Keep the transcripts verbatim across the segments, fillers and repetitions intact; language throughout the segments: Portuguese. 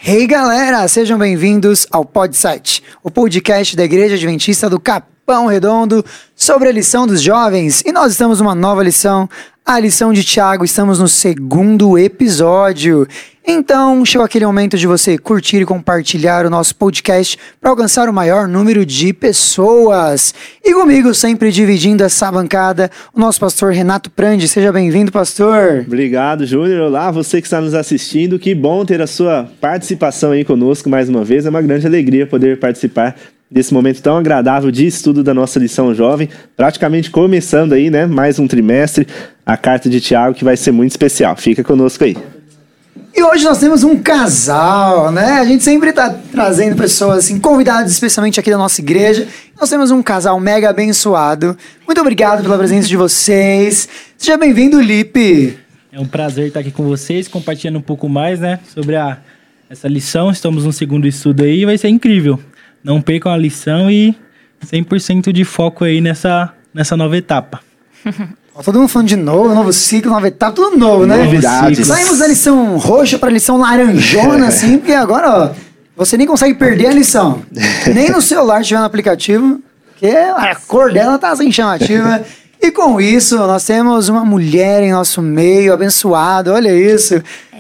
Hey galera, sejam bem-vindos ao PodSite, o podcast da Igreja Adventista do Capão Redondo sobre a lição dos jovens. E nós estamos numa nova lição, a lição de Tiago, estamos no segundo episódio. Então, chegou aquele momento de você curtir e compartilhar o nosso podcast para alcançar o maior número de pessoas. E comigo, sempre dividindo essa bancada, o nosso pastor Renato Prandi. Seja bem-vindo, pastor. Obrigado, Júnior. Olá, você que está nos assistindo. Que bom ter a sua participação aí conosco mais uma vez. É uma grande alegria poder participar desse momento tão agradável de estudo da nossa lição jovem. Praticamente começando aí, né? Mais um trimestre, a carta de Tiago, que vai ser muito especial. Fica conosco aí. E hoje nós temos um casal, né? A gente sempre tá trazendo pessoas, assim, convidados especialmente aqui da nossa igreja. Nós temos um casal mega abençoado. Muito obrigado pela presença de vocês. Seja bem-vindo, Lipe. É um prazer estar aqui com vocês, compartilhando um pouco mais, né, sobre a, essa lição. Estamos no segundo estudo aí, vai ser incrível. Não percam a lição e cem por cento de foco aí nessa, nessa nova etapa. Todo mundo falando de novo, novo ciclo, nova etapa, tudo novo, né? Novidades. Saímos da lição roxa para a lição laranjona, assim, porque agora, ó, você nem consegue perder a lição. Nem no celular, se tiver no aplicativo, porque a cor dela tá assim, chamativa. E com isso, nós temos uma mulher em nosso meio, abençoada, olha isso.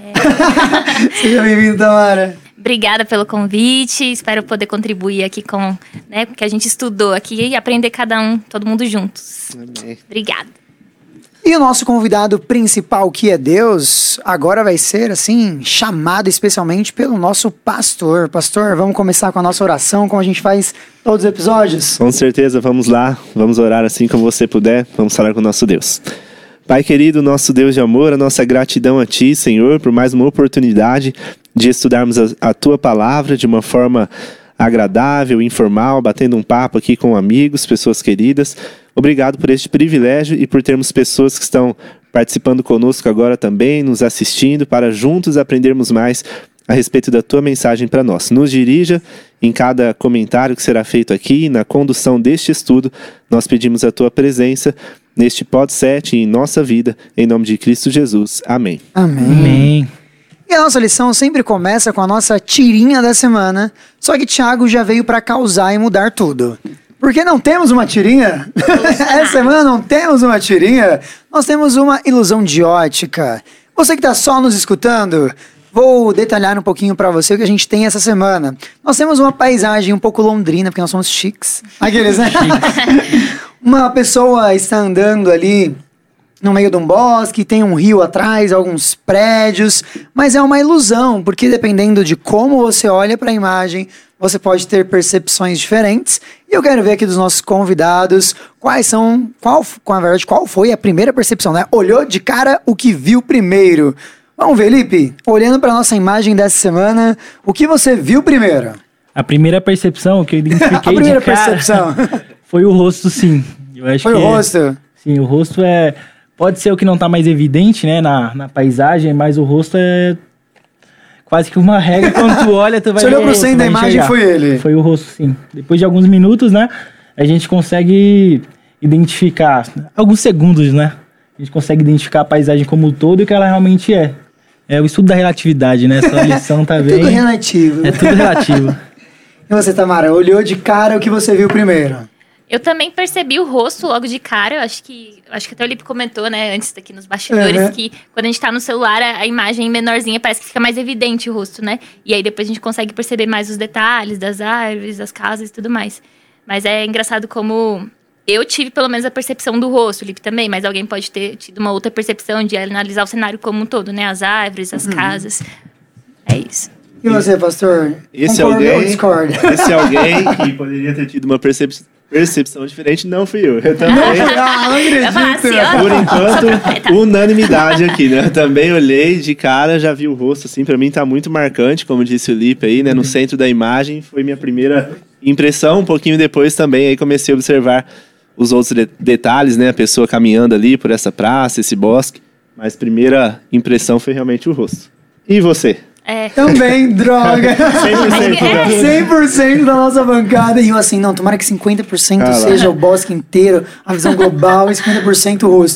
É. Seja bem-vindo, Tamara. Obrigada pelo convite, espero poder contribuir aqui com, né, porque a gente estudou aqui e aprender cada um, todo mundo juntos. Amém. Obrigada. E o nosso convidado principal, que é Deus, agora vai ser, assim, chamado especialmente pelo nosso pastor. Pastor, vamos começar com a nossa oração, como a gente faz todos os episódios? Com certeza, vamos lá. Vamos orar assim como você puder. Vamos falar com o nosso Deus. Pai querido, nosso Deus de amor, a nossa gratidão a Ti, Senhor, por mais uma oportunidade de estudarmos a, a Tua palavra de uma forma agradável, informal, batendo um papo aqui com amigos, pessoas queridas. Obrigado por este privilégio e por termos pessoas que estão participando conosco agora também, nos assistindo, para juntos aprendermos mais a respeito da Tua mensagem para nós. Nos dirija em cada comentário que será feito aqui, na condução deste estudo. Nós pedimos a Tua presença neste PodSite e em nossa vida, em nome de Cristo Jesus. Amém. Amém. Amém. E a nossa lição sempre começa com a nossa tirinha da semana, só que Tiago já veio para causar e mudar tudo. Porque não temos uma tirinha? Essa semana não temos uma tirinha. Nós temos uma ilusão de ótica. Você que está só nos escutando, vou detalhar um pouquinho para você o que a gente tem essa semana. Nós temos uma paisagem um pouco londrina, porque nós somos chiques. Aqueles, né? Uma pessoa está andando ali no meio de um bosque, tem um rio atrás, alguns prédios, mas é uma ilusão, porque dependendo de como você olha para a imagem, você pode ter percepções diferentes. E eu quero ver aqui dos nossos convidados quais são, qual, na verdade, qual foi a primeira percepção, né? Olhou de cara o que viu primeiro. Vamos ver, Lipe, olhando para nossa imagem dessa semana, o que você viu primeiro? A primeira percepção que eu identifiquei a primeira de cara percepção foi o rosto, sim. Eu acho foi que o é, rosto? Sim, o rosto é... Pode ser o que não está mais evidente, né, na, na paisagem, mas o rosto é quase que uma regra. Quando tu olha, tu vai... Você olhou pro rosto, centro da vai imagem e enxergar. foi ele? Foi o rosto, sim. Depois de alguns minutos, né, a gente consegue identificar, alguns segundos, né, a gente consegue identificar a paisagem como um todo e o que ela realmente é. É o estudo da relatividade, né, essa lição tá bem... Tudo relativo. É tudo relativo. E você, Tamara, olhou de cara o que você viu primeiro? Eu também percebi o rosto logo de cara, eu acho que, acho que até o Lipe comentou, né, antes daqui nos bastidores, Uhum. que quando a gente tá no celular, a, a imagem menorzinha parece que fica mais evidente o rosto, né? E aí depois a gente consegue perceber mais os detalhes das árvores, das casas e tudo mais. Mas é engraçado como eu tive pelo menos a percepção do rosto, o Lipe também, mas alguém pode ter tido uma outra percepção de analisar o cenário como um todo, né? As árvores, as uhum. casas. É isso. E você, pastor? Esse Concorda alguém, ou discorda? Esse alguém que poderia ter tido uma percepção Percepção diferente não fui eu. Eu também. Ah, não acredito. Por enquanto, unanimidade aqui, né? Eu também olhei de cara, já vi o rosto, assim, pra mim tá muito marcante, como disse o Lipe aí, né? No centro da imagem, foi minha primeira impressão. Um pouquinho depois também, aí comecei a observar os outros de- detalhes, né? A pessoa caminhando ali por essa praça, esse bosque. Mas primeira impressão foi realmente o rosto. E você? É. Também, droga. cem por cento, né? cem por cento da nossa bancada. E eu assim, não, tomara que cinquenta por cento Ah, seja o bosque inteiro, a visão global, e cinquenta por cento o rosto.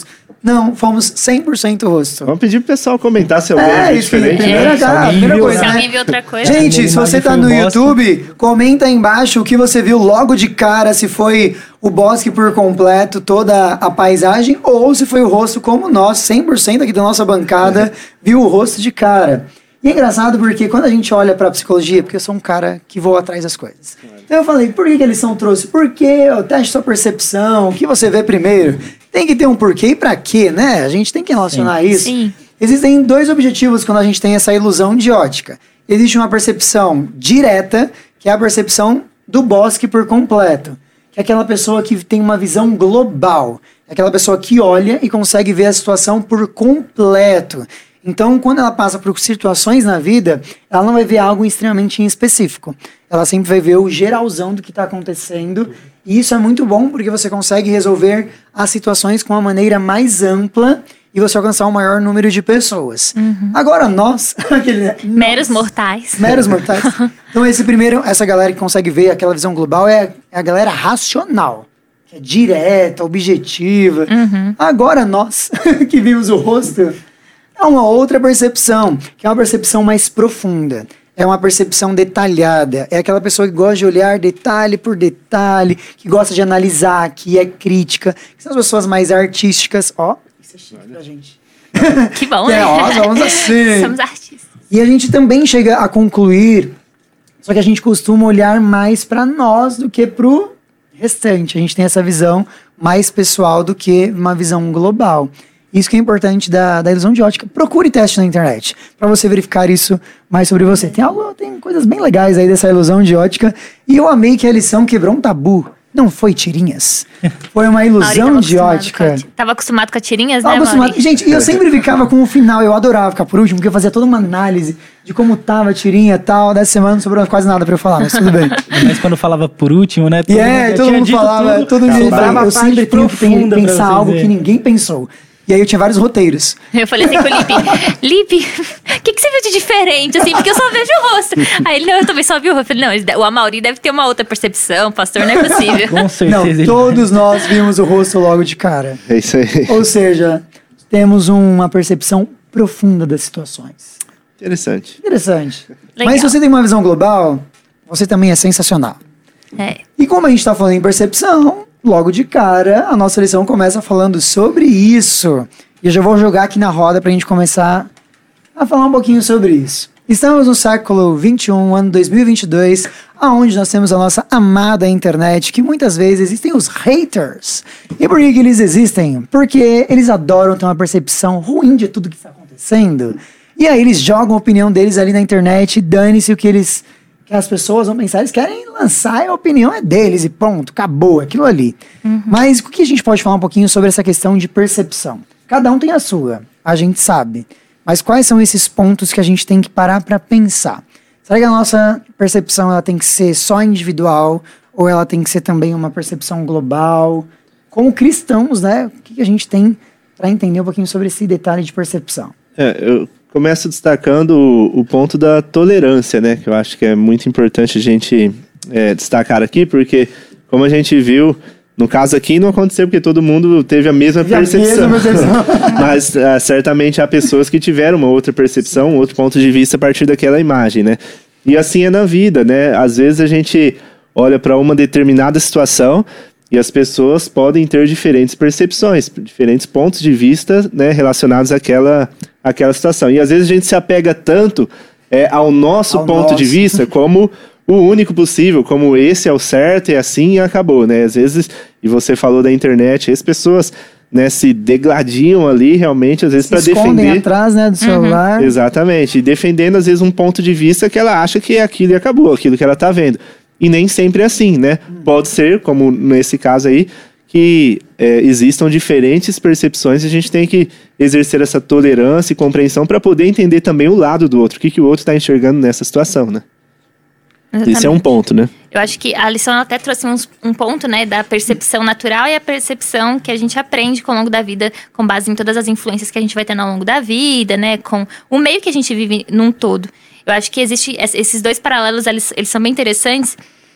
Não, fomos cem por cento rosto. Vamos pedir pro pessoal comentar se alguém É, é isso que diferente. primeira, né? cara, alguém primeira viu, coisa, Se né? alguém né? viu outra coisa. Gente, Minha se você imagem tá foi no o Bosque. YouTube, comenta aí embaixo o que você viu logo de cara, se foi o bosque por completo, toda a paisagem, ou se foi o rosto como nós, cem por cento aqui da nossa bancada, viu o rosto de cara. E é engraçado porque quando a gente olha pra psicologia, porque eu sou um cara que vou atrás das coisas. Então eu falei, por que, que a lição trouxe? Porque o teste sua percepção, o que você vê primeiro. Tem que ter um porquê e pra quê, né? A gente tem que relacionar Sim. isso. Sim. Existem dois objetivos quando a gente tem essa ilusão de ótica. Existe uma percepção direta, que é a percepção do bosque por completo. Que é aquela pessoa que tem uma visão global. É aquela pessoa que olha e consegue ver a situação por completo. Então, quando ela passa por situações na vida, ela não vai ver algo extremamente em específico. Ela sempre vai ver o geralzão do que está acontecendo. E isso é muito bom porque você consegue resolver as situações com uma maneira mais ampla e você alcançar um maior número de pessoas. Uhum. Agora, nós... aquele, Meros nós, mortais. Meros mortais. Então, esse primeiro, essa galera que consegue ver aquela visão global é, é a galera racional. Que é direta, objetiva. Uhum. Agora, nós que vimos o rosto... É uma outra percepção, que é uma percepção mais profunda. É uma percepção detalhada. É aquela pessoa que gosta de olhar detalhe por detalhe, que gosta de analisar, que é crítica. Que são as pessoas mais artísticas. Ó, isso é chique pra gente. Que bom, É, né? ó, somos assim. Somos artistas. E a gente também chega a concluir, só que a gente costuma olhar mais pra nós do que pro restante. A gente tem essa visão mais pessoal do que uma visão global. Isso que é importante da, da ilusão de ótica. Procure teste na internet para você verificar isso mais sobre você. Tem algo, tem coisas bem legais aí dessa ilusão de ótica. E eu amei que a lição quebrou um tabu. Não foi tirinhas. Foi uma Mauri ilusão tava de acostumado ótica. com a ti- Tava acostumado com a tirinhas, Tava né, acostumado. Mauri? Gente, e eu sempre ficava com o final. Eu adorava ficar por último, porque eu fazia toda uma análise de como tava a tirinha e tal. Dessa semana não sobrou quase nada pra eu falar, mas tudo bem. Mas quando falava por último, né? E é, já todo tinha mundo dito falava, tudo. todo mundo Sobrava falava, a eu parte sempre tenho que profunda pra pensar vocês algo que verem. ninguém pensou. E aí eu tinha vários roteiros. Eu falei assim com o Lipe, Lipe, o que, que você viu de diferente, assim? Porque eu só vejo o rosto. Aí ele, não, eu também só vi o rosto. Eu falei, não, ele- o Amaury deve ter uma outra percepção, pastor, não é possível. Com certeza. Não, ele- todos nós vimos o rosto logo de cara. É isso aí. Ou seja, temos uma percepção profunda das situações. Interessante. Interessante. Legal. Mas se você tem uma visão global, você também é sensacional. É. E como a gente está falando em percepção, logo de cara, a nossa lição começa falando sobre isso. E eu já vou jogar aqui na roda para a gente começar a falar um pouquinho sobre isso. Estamos no século vinte e um, ano dois mil e vinte e dois, aonde nós temos a nossa amada internet, que muitas vezes existem os haters. E por que, que eles existem? Porque eles adoram ter uma percepção ruim de tudo que está acontecendo. E aí eles jogam a opinião deles ali na internet, dane-se o que eles... que as pessoas vão pensar, eles querem lançar e a opinião é deles e pronto, acabou, aquilo ali. Mas o que a gente pode falar um pouquinho sobre essa questão de percepção? Cada um tem a sua, a gente sabe. Mas quais são esses pontos que a gente tem que parar para pensar? Será que a nossa percepção ela tem que ser só individual ou ela tem que ser também uma percepção global? Como cristãos, né? O que a gente tem para entender um pouquinho sobre esse detalhe de percepção? É, eu começo destacando o, o ponto da tolerância, né? Que eu acho que é muito importante a gente é, destacar aqui, porque como a gente viu, no caso aqui não aconteceu porque todo mundo teve a mesma Já percepção. mesma percepção. Mas ah, certamente há pessoas que tiveram uma outra percepção, um outro ponto de vista a partir daquela imagem, né? E assim é na vida, né? Às vezes a gente olha para uma determinada situação e as pessoas podem ter diferentes percepções, diferentes pontos de vista, né, relacionados àquela, àquela situação. E às vezes a gente se apega tanto é, ao nosso Ao ponto nosso. de vista como o único possível, como esse é o certo e assim acabou, né? Às vezes, e você falou da internet, as pessoas, né, se degladiam ali realmente, às vezes, para Se escondem defender. atrás, né, do celular. Exatamente, e defendendo às vezes um ponto de vista que ela acha que é aquilo e acabou, aquilo que ela tá vendo. E nem sempre é assim, né? Pode ser, como nesse caso aí, que é, existam diferentes percepções e a gente tem que exercer essa tolerância e compreensão para poder entender também o lado do outro, o que, que o outro está enxergando nessa situação, né? Esse é um ponto, né? Eu acho que a lição até trouxe uns, um ponto, né, da percepção natural e a percepção que a gente aprende ao longo da vida, com base em todas as influências que a gente vai tendo ao longo da vida, né, com o meio que a gente vive num todo. Eu acho que existe esses dois paralelos, eles, eles são bem interessantes,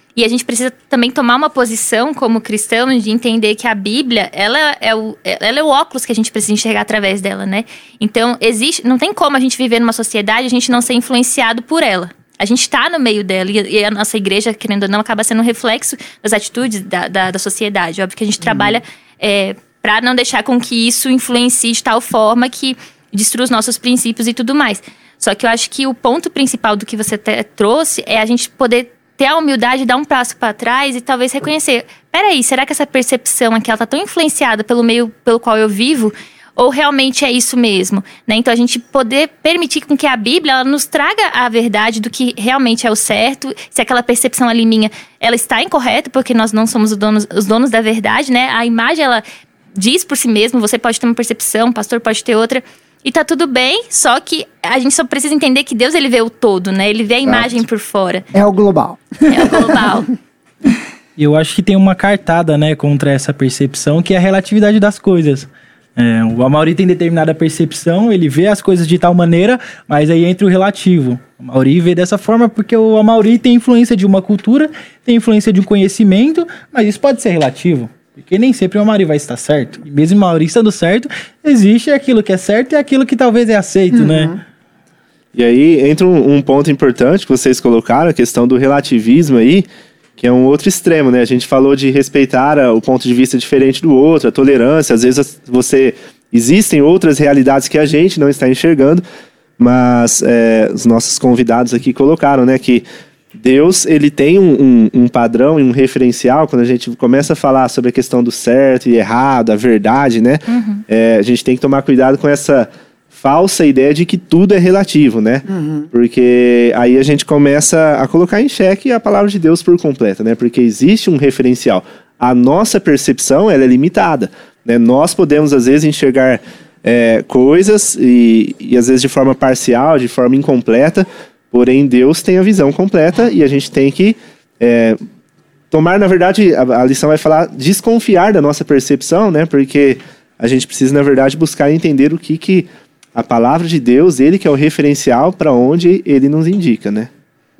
E a gente precisa também tomar uma posição como cristão de entender que a Bíblia, ela é o, ela é o óculos que a gente precisa enxergar através dela, né? Então, existe, não tem como a gente viver numa sociedade e a gente não ser influenciado por ela. A gente está no meio dela e, e a nossa igreja, querendo ou não, acaba sendo um reflexo das atitudes da, da, da sociedade. Óbvio que a gente uhum. trabalha é, para não deixar com que isso influencie de tal forma que destrua os nossos princípios e tudo mais. Só que eu acho que o ponto principal do que você te, trouxe é a gente poder ter a humildade de dar um passo para trás e talvez reconhecer, peraí, será que essa percepção aqui, ela tá tão influenciada pelo meio pelo qual eu vivo? Ou realmente é isso mesmo? Né? Então, a gente poder permitir com que a Bíblia ela nos traga a verdade do que realmente é o certo, se aquela percepção ali minha, ela está incorreta, porque nós não somos os donos, os donos da verdade, né? A imagem, ela diz por si mesma, você pode ter uma percepção, o pastor pode ter outra, e tá tudo bem, só que a gente só precisa entender que Deus, ele vê o todo, né? Ele vê a imagem por fora. É o global. É o global. Eu acho que tem uma cartada, né, contra essa percepção, que é a relatividade das coisas. É, o Amaury tem determinada percepção, ele vê as coisas de tal maneira, mas aí entra o relativo. O Amaury vê dessa forma porque o Amaury tem influência de uma cultura, tem influência de um conhecimento, mas isso pode ser relativo. Porque nem sempre o Amaury vai estar certo. E mesmo o Amaury estando certo, existe aquilo que é certo e aquilo que talvez é aceito, uhum. né? E aí entra um, um ponto importante que vocês colocaram, a questão do relativismo aí, que é um outro extremo, né? A gente falou de respeitar a, o ponto de vista diferente do outro, a tolerância. Às vezes você existem outras realidades que a gente não está enxergando, mas é, os nossos convidados aqui colocaram, né, que Deus, ele tem um, um, um padrão e um referencial. Quando a gente começa a falar sobre a questão do certo e errado, a verdade, né? Uhum. É, a gente tem que tomar cuidado com essa falsa ideia de que tudo é relativo, né? Uhum. Porque aí a gente começa a colocar em xeque a palavra de Deus por completo, né? Porque existe um referencial. A nossa percepção, ela é limitada, né? Nós podemos, às vezes, enxergar é, coisas e, e, às vezes, de forma parcial, de forma incompleta. Porém, Deus tem a visão completa e a gente tem que é, tomar, na verdade, a, a lição vai falar desconfiar da nossa percepção, né? Porque a gente precisa, na verdade, buscar entender o que, que a palavra de Deus, ele que é o referencial para onde ele nos indica, né?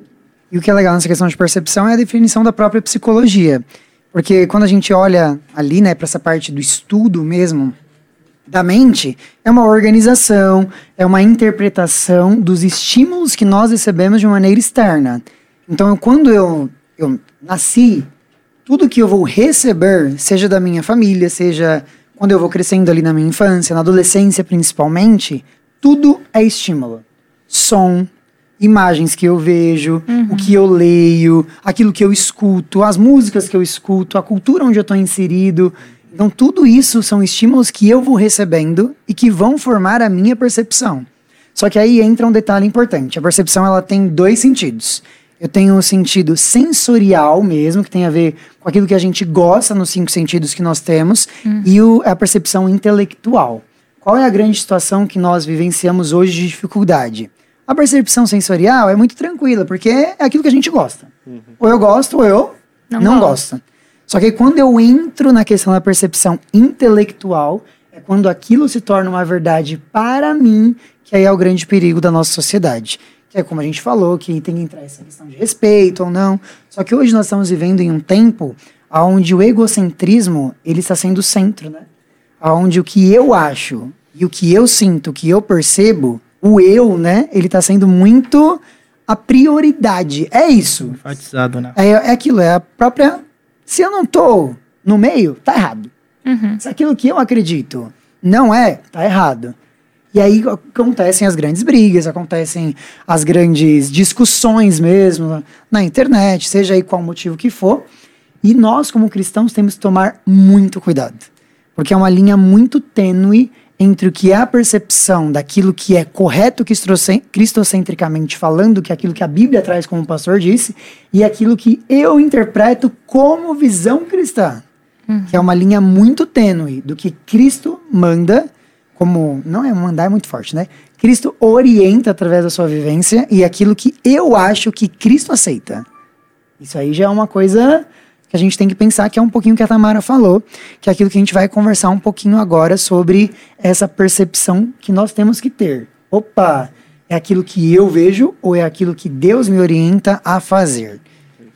E o que é legal nessa questão de percepção é a definição da própria psicologia. Porque quando a gente olha ali, né, para essa parte do estudo mesmo da mente, é uma organização, é uma interpretação dos estímulos que nós recebemos de uma maneira externa. Então, quando eu, eu nasci, tudo que eu vou receber, seja da minha família, seja quando eu vou crescendo ali na minha infância, na adolescência principalmente, tudo é estímulo. Som, imagens que eu vejo, uhum. o que eu leio, aquilo que eu escuto, as músicas que eu escuto, a cultura onde eu estou inserido. Então, tudo isso são estímulos que eu vou recebendo e que vão formar a minha percepção. Só que aí entra um detalhe importante. A percepção, ela tem dois sentidos. Eu tenho o sentido sensorial mesmo, que tem a ver com aquilo que a gente gosta nos cinco sentidos que nós temos, hum. e o, a percepção intelectual. Qual é a grande situação que nós vivenciamos hoje de dificuldade? A percepção sensorial é muito tranquila, porque é aquilo que a gente gosta. Uhum. Ou eu gosto, ou eu não, não gosto. Só que quando eu entro na questão da percepção intelectual, é quando aquilo se torna uma verdade para mim, que aí é o grande perigo da nossa sociedade. Que é como a gente falou, que tem que entrar essa questão de respeito ou não. Só que hoje nós estamos vivendo em um tempo onde o egocentrismo, ele está sendo o centro, né? Onde o que eu acho e o que eu sinto, o que eu percebo, o eu, né? Ele está sendo muito a prioridade. É isso. Enfatizado, né? É, é aquilo, é a própria... Se eu não tô no meio, tá errado. Uhum. Se aquilo que eu acredito não é, tá errado. E aí acontecem as grandes brigas, acontecem as grandes discussões mesmo na internet, seja aí qual motivo que for. E nós, como cristãos, temos que tomar muito cuidado. Porque é uma linha muito tênue entre o que é a percepção daquilo que é correto cristocentricamente falando, que é aquilo que a Bíblia traz, como o pastor disse, e aquilo que eu interpreto como visão cristã. Uhum. Que é uma linha muito tênue do que Cristo manda, como, não é mandar, é muito forte, né? Cristo orienta através da sua vivência e aquilo que eu acho que Cristo aceita. Isso aí já é uma coisa que a gente tem que pensar, que é um pouquinho que a Tamara falou, que é aquilo que a gente vai conversar um pouquinho agora sobre essa percepção que nós temos que ter. Opa, é aquilo que eu vejo ou é aquilo que Deus me orienta a fazer?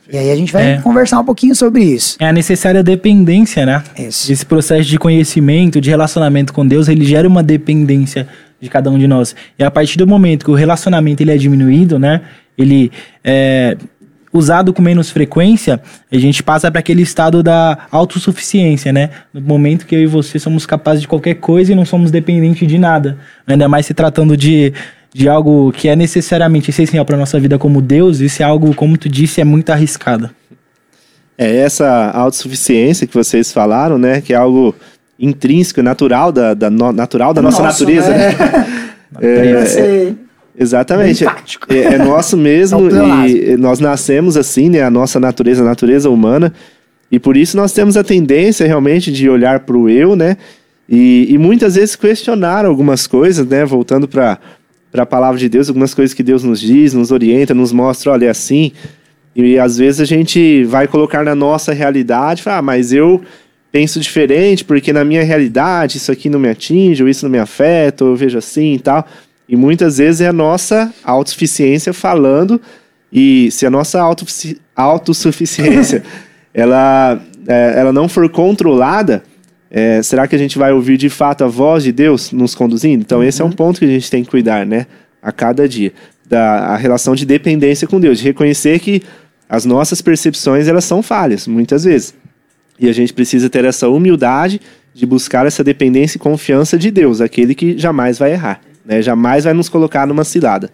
E aí a gente vai É. conversar um pouquinho sobre isso. É a necessária dependência, né? Isso. Esse processo de conhecimento, de relacionamento com Deus, ele gera uma dependência de cada um de nós. E a partir do momento que o relacionamento ele é diminuído, né? Ele é usado com menos frequência, a gente passa para aquele estado da autossuficiência, né? No momento que eu e você somos capazes de qualquer coisa e não somos dependentes de nada. Ainda mais se tratando de, de algo que é necessariamente essencial para nossa vida como Deus, isso é algo, como tu disse, é muito arriscado. É essa autossuficiência que vocês falaram, né? Que é algo intrínseco, natural da, da, no, natural da nossa Nossa, natureza, né? né? Vai É, ser exatamente. empático. É, é nosso mesmo É um pleonasmo. e nós nascemos assim, né? A nossa natureza, a natureza humana. E por isso nós temos a tendência realmente de olhar para o eu, né? E, e muitas vezes questionar algumas coisas, né? Voltando para a palavra de Deus, algumas coisas que Deus nos diz, nos orienta, nos mostra, olha, é assim. E às vezes a gente vai colocar na nossa realidade, falar, ah, mas eu penso diferente, porque na minha realidade isso aqui não me atinge, ou isso não me afeta, ou eu vejo assim e tal. E muitas vezes é a nossa autossuficiência falando, e se a nossa autossufici- autossuficiência ela, é, ela não for controlada, é, será que a gente vai ouvir de fato a voz de Deus nos conduzindo? Então uhum. esse é um ponto que a gente tem que cuidar, né? A cada dia. Da a relação de dependência com Deus, de reconhecer que as nossas percepções elas são falhas, muitas vezes. E a gente precisa ter essa humildade de buscar essa dependência e confiança de Deus, aquele que jamais vai errar, né? Jamais vai nos colocar numa cilada.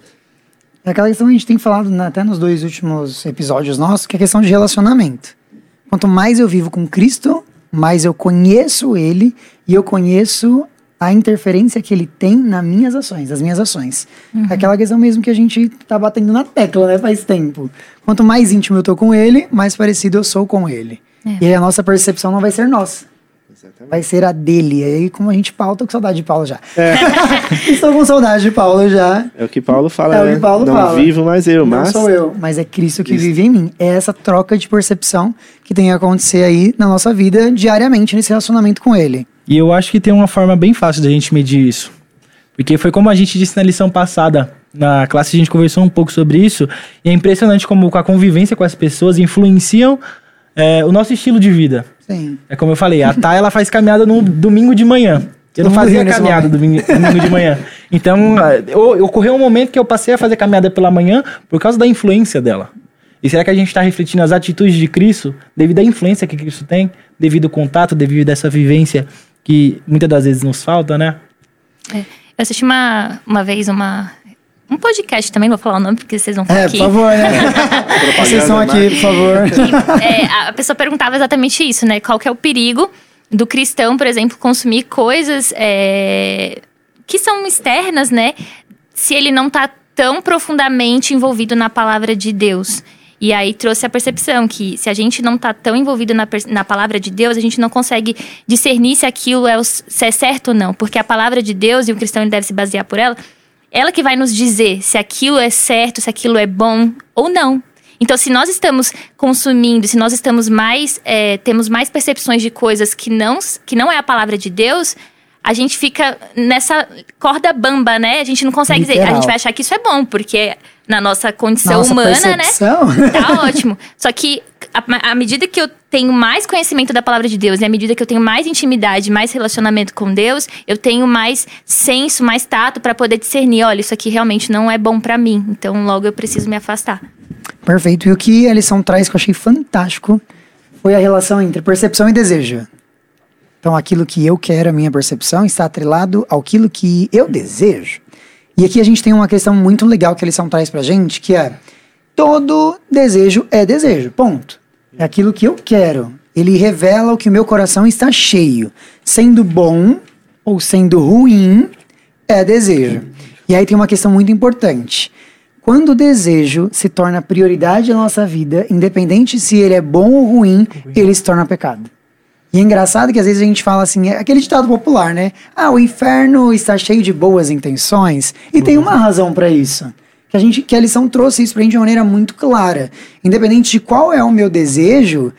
É aquela questão que a gente tem falado né, até nos dois últimos episódios nossos, que é a questão de relacionamento. Quanto mais eu vivo com Cristo, mais eu conheço Ele e eu conheço a interferência que Ele tem nas minhas ações, nas minhas ações. Uhum. É aquela questão mesmo que a gente tá batendo na tecla, né, faz tempo. Quanto mais íntimo eu tô com Ele, mais parecido eu sou com Ele. É. E aí a nossa percepção não vai ser nossa. Exatamente. Vai ser a dele. E aí, como a gente Paulo, tô com saudade de Paulo já. É. Estou com saudade de Paulo já. É o que Paulo fala, é né? O que Paulo não fala. vivo mais eu, não mas... Não sou eu, mas é Cristo que Cristo. vive em mim. É essa troca de percepção que tem que acontecer aí na nossa vida, diariamente, nesse relacionamento com Ele. E eu acho que tem uma forma bem fácil da gente medir isso. Porque foi como a gente disse na lição passada. Na classe a gente conversou um pouco sobre isso. E é impressionante como a convivência com as pessoas influenciam é, o nosso estilo de vida. Sim. É como eu falei, a Thay, ela faz caminhada no domingo de manhã. Eu não fazia caminhada domingo, domingo de manhã. Então, eu, ocorreu um momento que eu passei a fazer caminhada pela manhã por causa da influência dela. E será que a gente está refletindo as atitudes de Cristo devido à influência que Cristo tem, devido ao contato, devido a essa vivência que muitas das vezes nos falta, né? É, eu assisti uma, uma vez uma... Um podcast também, não vou falar o nome porque vocês vão falar é, aqui. É, por favor, né? Vocês estão aqui, por favor. Que, é, a pessoa perguntava exatamente isso, né? Qual que é o perigo do cristão, por exemplo, consumir coisas é, que são externas, né? Se ele não tá tão profundamente envolvido na palavra de Deus. E aí trouxe a percepção que se a gente não tá tão envolvido na, na palavra de Deus, a gente não consegue discernir se aquilo é, o, se é certo ou não. Porque a palavra de Deus, e o cristão ele deve se basear por ela, ela que vai nos dizer se aquilo é certo, se aquilo é bom ou não. Então, se nós estamos consumindo, se nós estamos mais, é, temos mais percepções de coisas que não, que não é a palavra de Deus, a gente fica nessa corda bamba, né? A gente não consegue Literal. dizer, a gente vai achar que isso é bom, porque na nossa condição nossa humana, percepção. né? Tá ótimo. Só que à medida que eu tenho mais conhecimento da palavra de Deus, e à medida que eu tenho mais intimidade, mais relacionamento com Deus, eu tenho mais senso, mais tato para poder discernir, olha, isso aqui realmente não é bom para mim. Então, logo eu preciso me afastar. Perfeito. E o que a lição traz que eu achei fantástico foi a relação entre percepção e desejo. Então, aquilo que eu quero, a minha percepção, está atrelado àquilo que eu desejo. E aqui a gente tem uma questão muito legal que a lição traz pra gente, que é todo desejo é desejo, ponto. É aquilo que eu quero. Ele revela o que o meu coração está cheio. Sendo bom ou sendo ruim, é desejo. E aí tem uma questão muito importante. Quando o desejo se torna prioridade na nossa vida, independente se ele é bom ou ruim, ele se torna pecado. E é engraçado que às vezes a gente fala assim, é aquele ditado popular, né? Ah, o inferno está cheio de boas intenções. E uhum. tem uma razão para isso. Que a, gente, que a lição trouxe isso pra gente de maneira muito clara. Independente de qual é o meu desejo,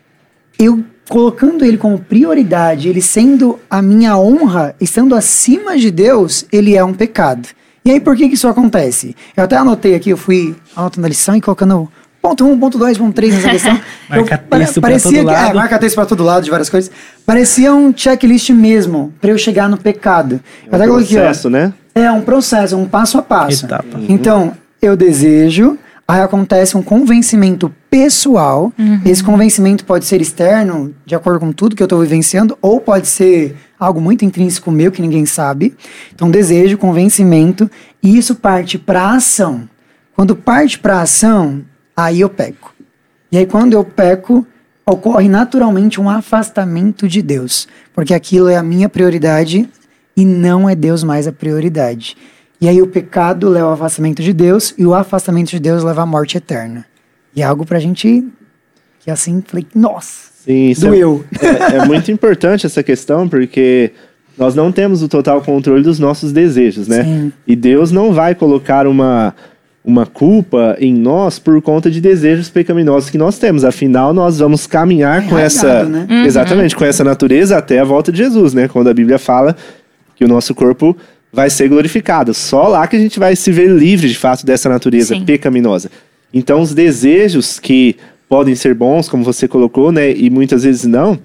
eu colocando ele como prioridade, ele sendo a minha honra, estando acima de Deus, ele é um pecado. E aí por que que isso acontece? Eu até anotei aqui, eu fui anotando a lição e colocando ponto um, ponto dois, ponto três nessa questão. Marca eu, texto pra parecia todo que, lado. É, marca texto pra todo lado, de várias coisas. Parecia um checklist mesmo, pra eu chegar no pecado. É um Eu até coloquei, ó, processo, né? É um processo, um passo a passo. Etapa. Então, eu desejo, aí acontece um convencimento pessoal. Uhum. Esse convencimento pode ser externo, de acordo com tudo que eu tô vivenciando, ou pode ser algo muito intrínseco meu, que ninguém sabe. Então, desejo, convencimento, e isso parte pra ação. Quando parte pra ação, aí eu peco. E aí, quando eu peco, ocorre naturalmente um afastamento de Deus. Porque aquilo é a minha prioridade e não é Deus mais a prioridade. E aí o pecado leva ao afastamento de Deus e o afastamento de Deus leva à morte eterna. E é algo pra gente que assim, falei, nossa, Sim, isso doeu. É, é muito importante essa questão, porque nós não temos o total controle dos nossos desejos, né? Sim. E Deus não vai colocar uma, uma culpa em nós por conta de desejos pecaminosos que nós temos. Afinal, nós vamos caminhar É com essa... rasgado, né? Uhum. Exatamente, com essa natureza até a volta de Jesus, né? Quando a Bíblia fala que o nosso corpo vai ser glorificado. Só lá que a gente vai se ver livre, de fato, dessa natureza Sim. pecaminosa. Então, os desejos que podem ser bons, como você colocou, né? E muitas vezes não,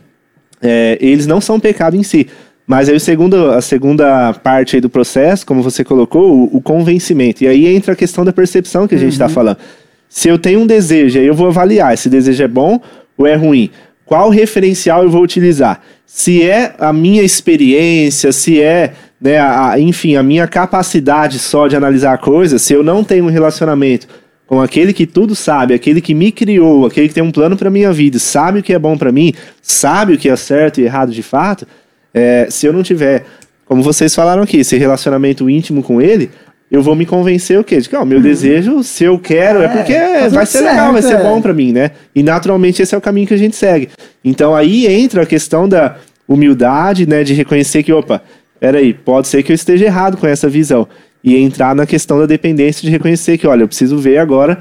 é, eles não são pecado em si. Mas aí o segundo, a segunda parte aí do processo, como você colocou, o, o convencimento. E aí entra a questão da percepção que a gente está falando. Se eu tenho um desejo, aí eu vou avaliar esse desejo é bom ou é ruim. Qual referencial eu vou utilizar? Se é a minha experiência, se é, né, a, a, enfim, a minha capacidade só de analisar a coisa, se eu não tenho um relacionamento com aquele que tudo sabe, aquele que me criou, aquele que tem um plano para minha vida, sabe o que é bom para mim, sabe o que é certo e errado de fato, é, se eu não tiver, como vocês falaram aqui, esse relacionamento íntimo com ele, eu vou me convencer o quê? De que ó, meu Uhum. desejo, se eu quero, é, É, porque tá tudo vai ser legal, vai certo, ser é. bom pra mim, né? E naturalmente esse é o caminho que a gente segue. Então aí entra a questão da humildade, né? De reconhecer que, opa, peraí, pode ser que eu esteja errado com essa visão. E entrar na questão da dependência de reconhecer que, olha, eu preciso ver agora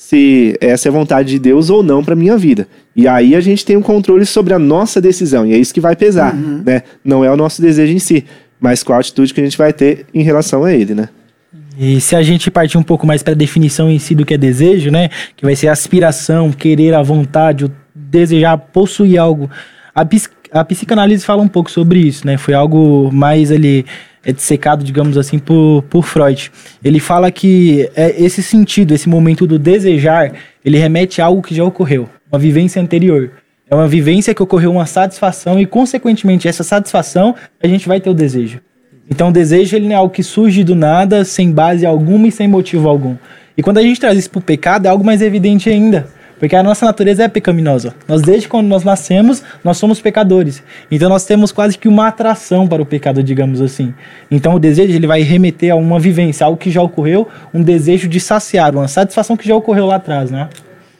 se essa é a vontade de Deus ou não pra minha vida. E aí a gente tem um controle sobre a nossa decisão. E é isso que vai pesar, né? Não é o nosso desejo em si, mas qual a atitude que a gente vai ter em relação a ele, né? E se a gente partir um pouco mais para a definição em si do que é desejo, né? Que vai ser aspiração, querer a vontade, o desejar, possuir algo. A, psic a psicanálise fala um pouco sobre isso, né? Foi algo mais ali é, dissecado, digamos assim, por, por Freud. Ele fala que é, esse sentido, esse momento do desejar, ele remete a algo que já ocorreu, uma vivência anterior. É uma vivência que ocorreu uma satisfação e, consequentemente, essa satisfação, a gente vai ter o desejo. Então o desejo ele não é algo que surge do nada, sem base alguma e sem motivo algum. E quando a gente traz isso para o pecado, é algo mais evidente ainda. Porque a nossa natureza é pecaminosa. Nós, desde quando nós nascemos, nós somos pecadores. Então nós temos quase que uma atração para o pecado, digamos assim. Então o desejo ele vai remeter a uma vivência, algo que já ocorreu, um desejo de saciar, uma satisfação que já ocorreu lá atrás, né?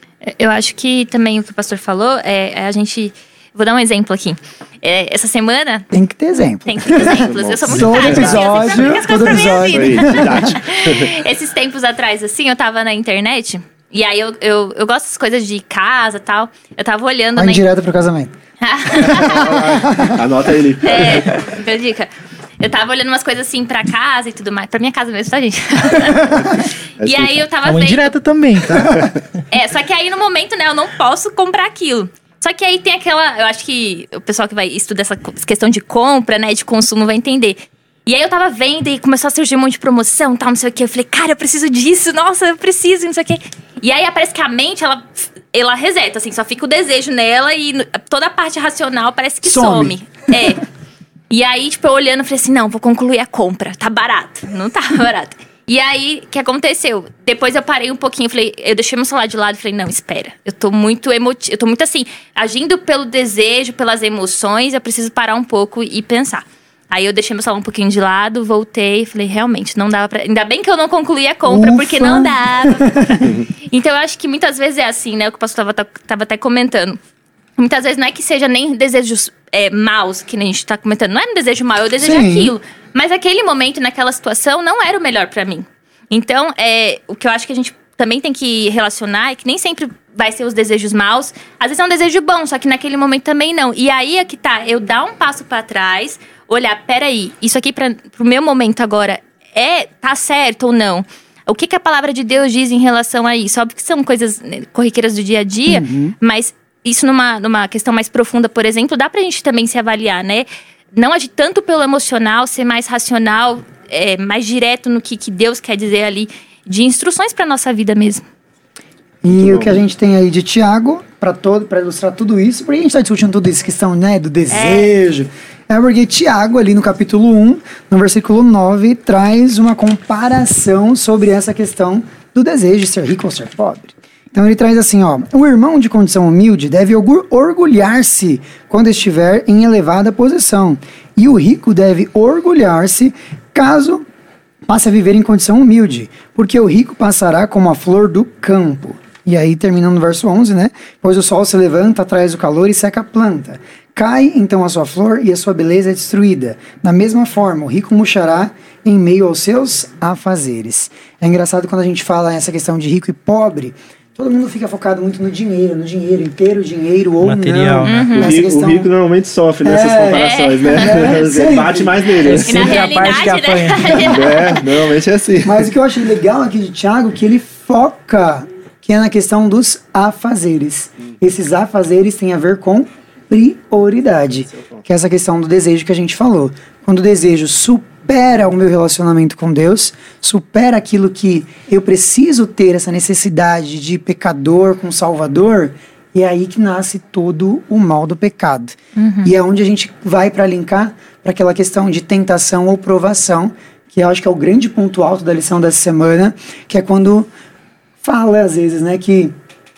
Eu acho que também o que o pastor falou, é, é a gente... Vou dar um exemplo aqui. É, essa semana... Tem que ter exemplo. Tem que ter exemplos. Eu sou muito Todo tática, assim, eu sempre episódio, aplico as coisas todo pra minha episódio. vida. Aí, didático. Esses tempos atrás, assim, eu tava na internet... E aí eu, eu, eu gosto dessas coisas de casa e tal. Eu tava olhando... Vai na... direto pro casamento. Anota ele. É, fica a dica. Eu tava olhando umas coisas assim pra casa e tudo mais. Pra minha casa mesmo, tá, gente? E aí eu tava É uma vendo... indireta também, tá? É, só que aí no momento, né, eu não posso comprar aquilo. Só que aí tem aquela... Eu acho que o pessoal que vai estudar essa questão de compra, né, de consumo vai entender. E aí eu tava vendo e começou a surgir um monte de promoção, tal, não sei o quê. Eu falei, cara, eu preciso disso, nossa, eu preciso, não sei o quê. E aí parece que a mente, ela, ela reseta, assim, só fica o desejo nela e toda a parte racional parece que some. Some. É. E aí, tipo, eu olhando, eu falei assim, não, vou concluir a compra, tá barato. Não tá barato. E aí, o que aconteceu? Depois eu parei um pouquinho, falei, eu deixei meu celular de lado e falei, não, espera. Eu tô muito emotiva, eu tô muito assim, agindo pelo desejo, pelas emoções, eu preciso parar um pouco e pensar. Aí eu deixei meu celular um pouquinho de lado, voltei e falei, realmente, não dava pra... Ainda bem que eu não concluí a compra, Ufa. porque não dava. Então eu acho que muitas vezes é assim, né? O que o pastor tava, tava até comentando. Muitas vezes não é que seja nem desejos é, maus, que nem a gente tá comentando. Não é um desejo mau, eu desejo Sim. aquilo. Mas aquele momento, naquela situação, não era o melhor pra mim. Então, é, o que eu acho que a gente também tem que relacionar é que nem sempre vai ser os desejos maus. Às vezes é um desejo bom, só que naquele momento também não. E aí é que tá, eu dar um passo pra trás, olhar, peraí, isso aqui pra, pro meu momento agora é, tá certo ou não? o que, que a palavra de Deus diz em relação a isso? Óbvio que são coisas né, corriqueiras do dia a dia, uhum. mas isso numa, numa questão mais profunda, por exemplo, dá pra gente também se avaliar, né? Não agir tanto pelo emocional, ser mais racional, é, mais direto no que, que Deus quer dizer ali, de instruções pra nossa vida mesmo. E o que a gente tem aí de Tiago, para todo, para ilustrar tudo isso, porque a gente está discutindo tudo isso, questão né, do desejo, é. é porque Tiago, ali no capítulo um, no versículo nove, traz uma comparação sobre essa questão do desejo de ser rico ou ser pobre. Então ele traz assim, ó, o irmão de condição humilde deve orgulhar-se quando estiver em elevada posição, e o rico deve orgulhar-se caso passe a viver em condição humilde, porque o rico passará como a flor do campo. E aí, terminando no verso onze, né? Pois o sol se levanta, traz o calor e seca a planta. Cai, então, a sua flor e a sua beleza é destruída. Da mesma forma, o rico murchará em meio aos seus afazeres. É engraçado quando a gente fala essa questão de rico e pobre, todo mundo fica focado muito no dinheiro, no dinheiro, inteiro dinheiro ou material, não. Né? Uhum. O, rico, questão... o rico normalmente sofre nessas é, comparações, é, né? É, bate mais nele. E na realidade, que apanha. É, normalmente é assim. Mas o que eu achei legal aqui de Tiago, que ele foca que é na questão dos afazeres. Esses afazeres têm a ver com prioridade, que é essa questão do desejo que a gente falou. Quando o desejo supera o meu relacionamento com Deus, supera aquilo que eu preciso ter, essa necessidade de pecador com Salvador, é aí que nasce todo o mal do pecado. Uhum. E é onde a gente vai para linkar para aquela questão de tentação ou provação, que eu acho que é o grande ponto alto da lição dessa semana, que é quando fala às vezes, né, que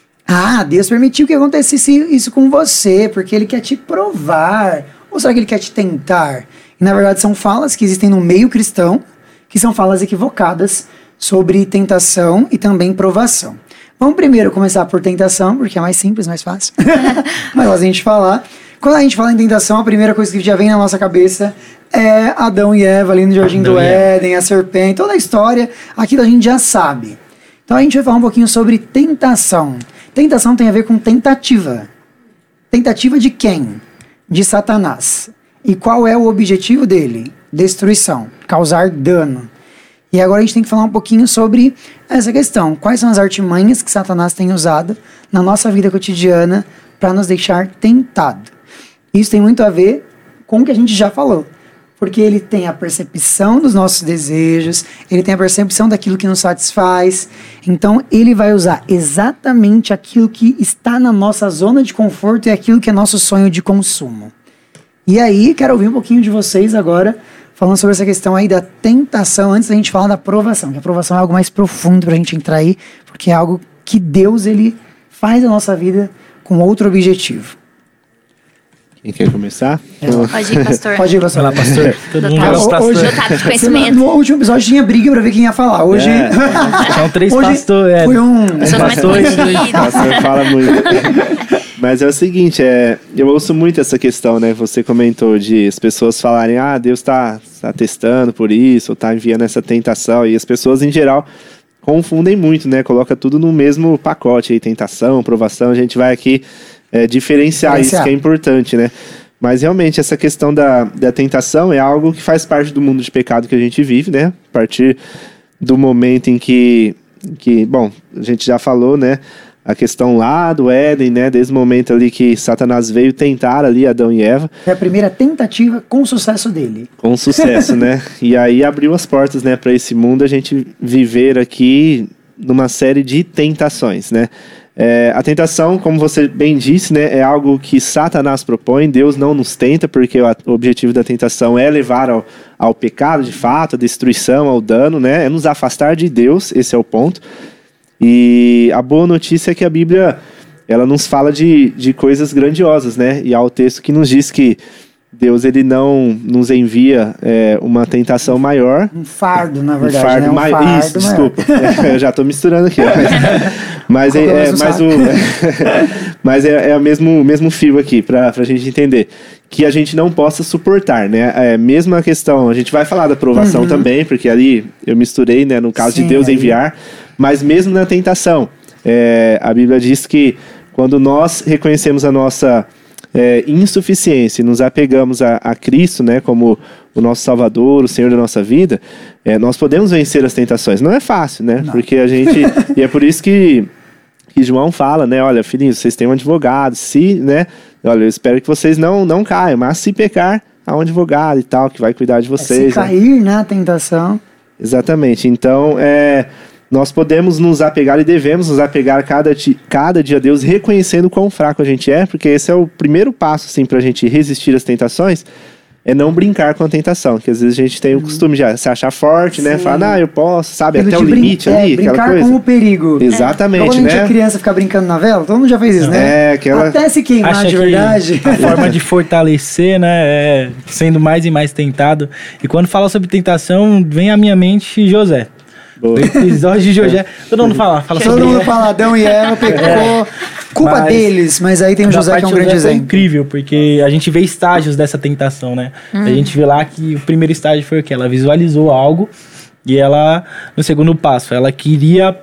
ah, Deus permitiu que acontecesse isso com você, porque Ele quer te provar, ou será que Ele quer te tentar? E na verdade são falas que existem no meio cristão, que são falas equivocadas sobre tentação e também provação. Vamos primeiro começar por tentação, porque é mais simples, mais fácil. Mais fácil a gente falar. Quando a gente fala em tentação, a primeira coisa que já vem na nossa cabeça é Adão e Eva ali no Jardim Adão do Éden, a serpente, toda a história, aquilo a gente já sabe. Então a gente vai falar um pouquinho sobre tentação. Tentação tem a ver com tentativa. Tentativa de quem? De Satanás. E qual é o objetivo dele? Destruição, causar dano. E agora a gente tem que falar um pouquinho sobre essa questão. Quais são as artimanhas que Satanás tem usado na nossa vida cotidiana para nos deixar tentado? Isso tem muito a ver com o que a gente já falou. Porque ele tem a percepção dos nossos desejos, ele tem a percepção daquilo que nos satisfaz. Então, ele vai usar exatamente aquilo que está na nossa zona de conforto e aquilo que é nosso sonho de consumo. E aí, quero ouvir um pouquinho de vocês agora, falando sobre essa questão aí da tentação, antes da gente falar da aprovação. Que a aprovação é algo mais profundo pra gente entrar aí, porque é algo que Deus, ele faz na nossa vida com outro objetivo. Quem quer começar? É. Pode ir, pastor. Pode ir, pastor. Vai lá, pastor. Todo mundo Dotado, pastor. hoje, dotado de conhecimento. No último episódio tinha briga pra ver quem ia falar. Hoje... É. São três hoje pastores. É. Foi um... Um pastor e O pastor fala muito. Mas é o seguinte, é, eu ouço muito essa questão, né? Você comentou de as pessoas falarem, ah, Deus está tá testando por isso, ou está enviando essa tentação. E as pessoas, em geral, confundem muito, né? Coloca tudo no mesmo pacote aí, tentação, provação. A gente vai aqui é, diferenciar, diferenciar isso que é importante, né? Mas realmente essa questão da, da tentação é algo que faz parte do mundo de pecado que a gente vive, né? A partir do momento em que, que bom, a gente já falou, né? A questão lá do Éden, né? Desde o momento ali que Satanás veio tentar ali Adão e Eva. É a primeira tentativa com sucesso dele. Com sucesso, né? E aí abriu as portas, né? Para esse mundo a gente viver aqui numa série de tentações, né? É, a tentação, como você bem disse, né, é algo que Satanás propõe. Deus não nos tenta, porque o, o objetivo da tentação é levar ao, ao pecado, de fato, à destruição, ao dano, né, é nos afastar de Deus, esse é o ponto. E a boa notícia é que a Bíblia, ela nos fala de, de coisas grandiosas, né, e há o texto que nos diz que Deus, ele não nos envia é, uma tentação maior. Um fardo, na verdade. Um fardo, né? um maior. fardo Isso, desculpa. Eu já estou misturando aqui. Mas, mas é, é, mas o, mas é, é o mesmo, mesmo fio aqui, para a gente entender. Que a gente não possa suportar, né? É, mesmo a questão, a gente vai falar da provação uhum. também, porque ali eu misturei, né? No caso Sim, de Deus aí. enviar. Mas mesmo na tentação, é, a Bíblia diz que quando nós reconhecemos a nossa... é, insuficiência e nos apegamos a, a Cristo, né, como o nosso Salvador, o Senhor da nossa vida, é, nós podemos vencer as tentações. Não é fácil, né? Não. Porque a gente... e é por isso que, que João fala, né? Olha, filhinhos, vocês têm um advogado, se, né? Olha, eu espero que vocês não, não caiam, mas se pecar, há um advogado e tal, que vai cuidar de vocês. É, se cair né? na tentação... Exatamente. Então, é, nós podemos nos apegar e devemos nos apegar cada, cada dia a Deus, reconhecendo quão fraco a gente é, porque esse é o primeiro passo, assim, para a gente resistir às tentações, é não brincar com a tentação, que às vezes a gente tem o costume de se achar forte, né? Falar, ah, eu posso, sabe, Pelo até o limite brin- ali, é, aquela coisa. Brincar com o perigo. Exatamente, Quando a gente né? é criança ficar brincando na vela, todo mundo já fez isso, né? É, aquela... Até se queimar Acha de verdade. A forma de fortalecer, né, é sendo mais e mais tentado. E quando fala sobre tentação, vem à minha mente José. Boa. O episódio de José. Todo mundo fala, fala Todo sobre mundo ele. fala, Adão e Eva pecou. É. Culpa Mas, deles, mas aí tem o da José que é um parte grande José foi exemplo. incrível, porque a gente vê estágios dessa tentação, né? Hum. A gente vê lá que o primeiro estágio foi o quê? Ela visualizou algo e ela, no segundo passo, ela queria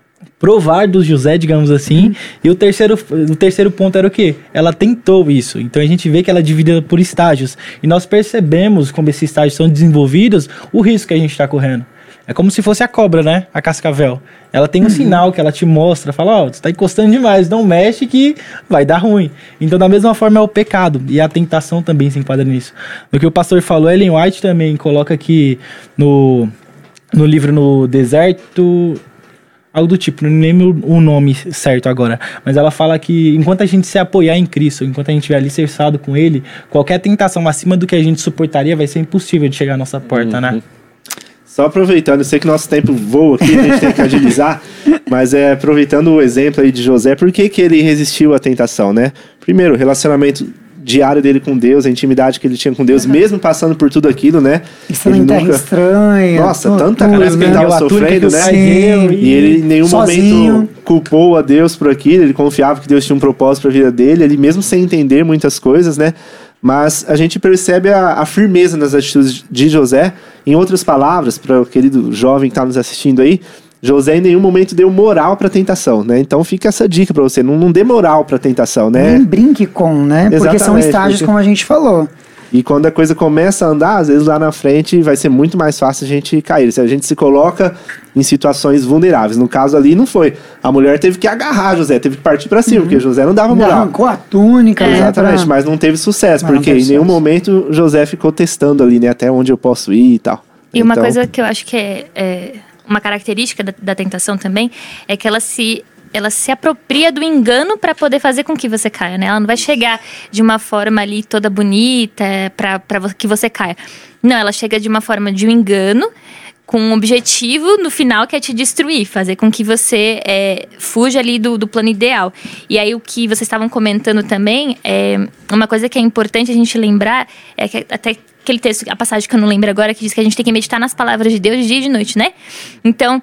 provar do José, digamos assim, hum. e o terceiro, o terceiro ponto era o quê? Ela tentou isso. Então a gente vê que ela é dividida por estágios. E nós percebemos, como esses estágios são desenvolvidos, o risco que a gente está correndo. É como se fosse a cobra, né? A cascavel. Ela tem um uhum. sinal que ela te mostra, fala, ó, oh, você tá encostando demais, não mexe que vai dar ruim. Então, da mesma forma, é o pecado. E a tentação também se enquadra nisso. No que o pastor falou, Ellen White também coloca aqui no, no livro No Deserto, algo do tipo, não lembro o nome certo agora, mas ela fala que enquanto a gente se apoiar em Cristo, enquanto a gente estiver alicerçado com Ele, qualquer tentação acima do que a gente suportaria vai ser impossível de chegar à nossa porta, uhum. né? Só aproveitando, eu sei que nosso tempo voa aqui, a gente tem que agilizar, mas é, aproveitando o exemplo aí de José, por que que ele resistiu à tentação, né? Primeiro, o relacionamento diário dele com Deus, a intimidade que ele tinha com Deus, uhum. mesmo passando por tudo aquilo, né? Estando em terra estranha. Nossa, tanta coisa que ele estava sofrendo, né? Sim. E ele em nenhum Sozinho. momento culpou a Deus por aquilo, ele confiava que Deus tinha um propósito para a vida dele, ele mesmo sem entender muitas coisas, né? Mas a gente percebe a, a firmeza nas atitudes de José. Em outras palavras, para o querido jovem que está nos assistindo aí, José em nenhum momento deu moral para a tentação, né? Então fica essa dica para você, não, não dê moral para a tentação, né? Nem brinque com, né? Porque Exatamente, são estágios, porque... como a gente falou. E quando a coisa começa a andar, às vezes lá na frente vai ser muito mais fácil a gente cair. Se a gente se coloca em situações vulneráveis. No caso ali não foi. A mulher teve que agarrar José, teve que partir para cima, uhum. porque José não dava moral. Arrancou a túnica. É. Né, Exatamente, pra... mas não teve sucesso, mas porque teve em nenhum sucesso. momento José ficou testando ali, né, até onde eu posso ir e tal. E então... uma coisa que eu acho que é, é uma característica da, da tentação também, é que ela se... ela se apropria do engano para poder fazer com que você caia, né? Ela não vai chegar de uma forma ali toda bonita para que você caia. Não, ela chega de uma forma de um engano, com um objetivo no final que é te destruir, fazer com que você é, fuja ali do, do plano ideal. E aí o que vocês estavam comentando também, é uma coisa que é importante a gente lembrar, é que até aquele texto, a passagem que eu não lembro agora, que diz que a gente tem que meditar nas palavras de Deus de dia e de noite, né? Então...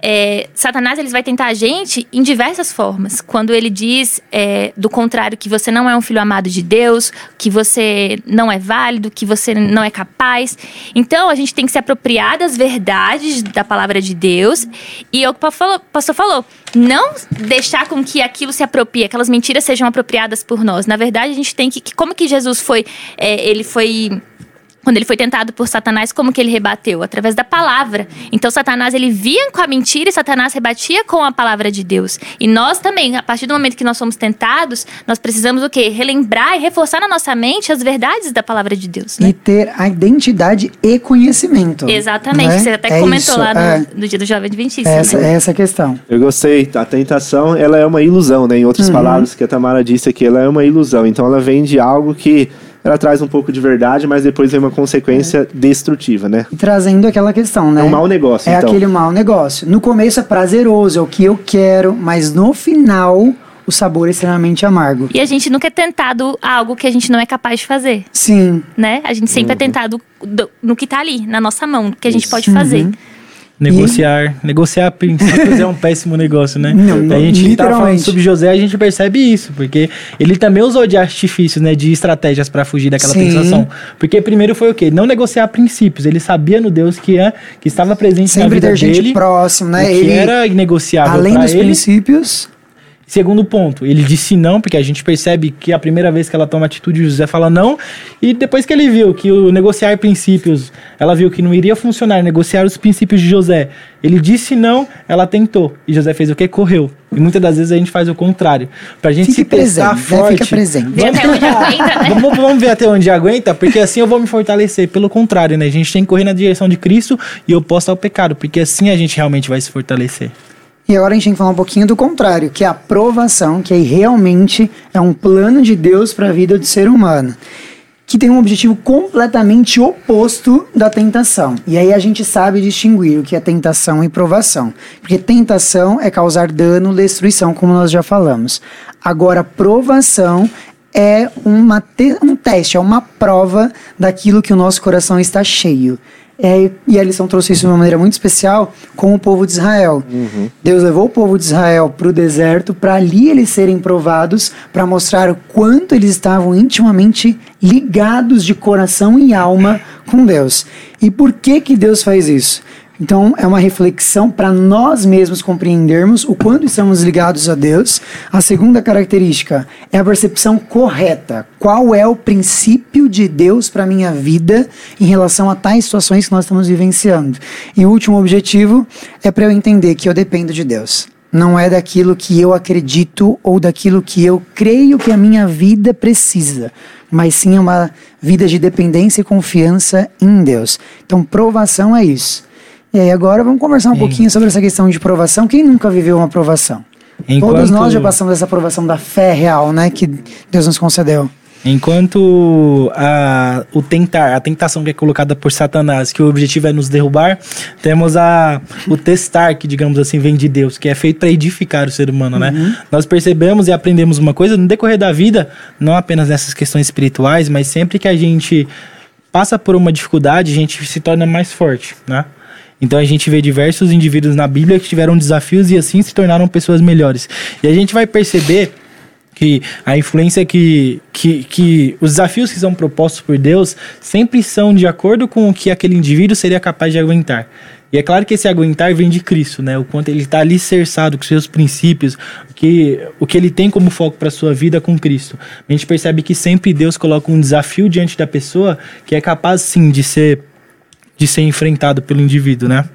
É, Satanás ele vai tentar a gente em diversas formas. Quando ele diz é, do contrário, que você não é um filho amado de Deus, que você não é válido, que você não é capaz. Então a gente tem que se apropriar das verdades da palavra de Deus. E é o que o pastor falou, não deixar com que aquilo se aproprie, aquelas mentiras sejam apropriadas por nós. Na verdade a gente tem que, como que Jesus foi, é, ele foi... Quando ele foi tentado por Satanás, como que ele rebateu? Através da palavra. Então, Satanás, ele via com a mentira e Satanás rebatia com a palavra de Deus. E nós também, a partir do momento que nós somos tentados, nós precisamos o quê? Relembrar e reforçar na nossa mente as verdades da palavra de Deus. Né? E ter a identidade e conhecimento. Exatamente. Né? Você até é comentou isso, lá no, é. no dia do Jovem Adventista. Essa, né? essa é a questão. Eu gostei. A tentação, ela é uma ilusão, né? Em outras uhum. palavras que a Tamara disse aqui, ela é uma ilusão. Então, ela vem de algo que... ela traz um pouco de verdade, mas depois vem uma consequência é. destrutiva, né? E trazendo aquela questão, né? É um mau negócio, é então. É aquele mau negócio. No começo é prazeroso, é o que eu quero, mas no final o sabor é extremamente amargo. E a gente nunca é tentado a algo que a gente não é capaz de fazer. Sim. Né? A gente sempre uhum. é tentado do, no que tá ali, na nossa mão, no que a gente Isso. pode fazer. Uhum. Negociar. E... Negociar princípios é um péssimo negócio, né? Não, não, a gente tá falando literalmente. sobre José, a gente percebe isso, porque ele também usou de artifícios, né? De estratégias para fugir daquela Sim. tentação. Porque primeiro foi o quê? Não negociar princípios. Ele sabia no Deus que, é, que estava presente sempre na vida ter dele. Gente próximo, né? O que ele, era inegociável além pra dos ele. princípios... Segundo ponto, ele disse não, porque a gente percebe que a primeira vez que ela toma atitude, José fala não, e depois que ele viu que o negociar princípios, ela viu que não iria funcionar, negociar os princípios de José, ele disse não, ela tentou, e José fez o quê? Correu. E muitas das vezes a gente faz o contrário. Pra gente Fique se testar presente, né? forte. Fica presente. Vê até onde aguenta, né? Vamos, vamos ver até onde aguenta, porque assim eu vou me fortalecer. Pelo contrário, né? A gente tem que correr na direção de Cristo e oposto ao pecado, porque assim a gente realmente vai se fortalecer. E agora a gente tem que falar um pouquinho do contrário, que é a provação, que aí realmente é um plano de Deus para a vida do ser humano, que tem um objetivo completamente oposto da tentação. E aí a gente sabe distinguir o que é tentação e provação. Porque tentação é causar dano, destruição, como nós já falamos. Agora, provação é uma te- um teste, é uma prova daquilo que o nosso coração está cheio. É, e a lição trouxe isso de uma maneira muito especial com o povo de Israel. Uhum. Deus levou o povo de Israel para o deserto para ali eles serem provados, para mostrar o quanto eles estavam intimamente ligados de coração e alma com Deus. E por que que Deus faz isso? Então, é uma reflexão para nós mesmos compreendermos o quanto estamos ligados a Deus. A segunda característica é a percepção correta. Qual é o princípio de Deus para a minha vida em relação a tais situações que nós estamos vivenciando? E o último objetivo é para eu entender que eu dependo de Deus. Não é daquilo que eu acredito ou daquilo que eu creio que a minha vida precisa, mas sim uma vida de dependência e confiança em Deus. Então, provação é isso. E aí agora vamos conversar um Sim. pouquinho sobre essa questão de provação. Quem nunca viveu uma provação? Enquanto... Todos nós já passamos essa provação da fé real, né? Que Deus nos concedeu. Enquanto a, o tentar, a tentação que é colocada por Satanás, que o objetivo é nos derrubar, temos a, o testar, que digamos assim, vem de Deus, que é feito para edificar o ser humano, uhum. né? Nós percebemos e aprendemos uma coisa no decorrer da vida, não apenas nessas questões espirituais, mas sempre que a gente passa por uma dificuldade, a gente se torna mais forte, né? Então a gente vê diversos indivíduos na Bíblia que tiveram desafios e assim se tornaram pessoas melhores. E a gente vai perceber que a influência que, que, que os desafios que são propostos por Deus sempre são de acordo com o que aquele indivíduo seria capaz de aguentar. E é claro que esse aguentar vem de Cristo, né? O quanto ele está alicerçado com seus princípios, o que, o que ele tem como foco para a sua vida com Cristo. A gente percebe que sempre Deus coloca um desafio diante da pessoa que é capaz sim de ser de ser enfrentado pelo indivíduo, né?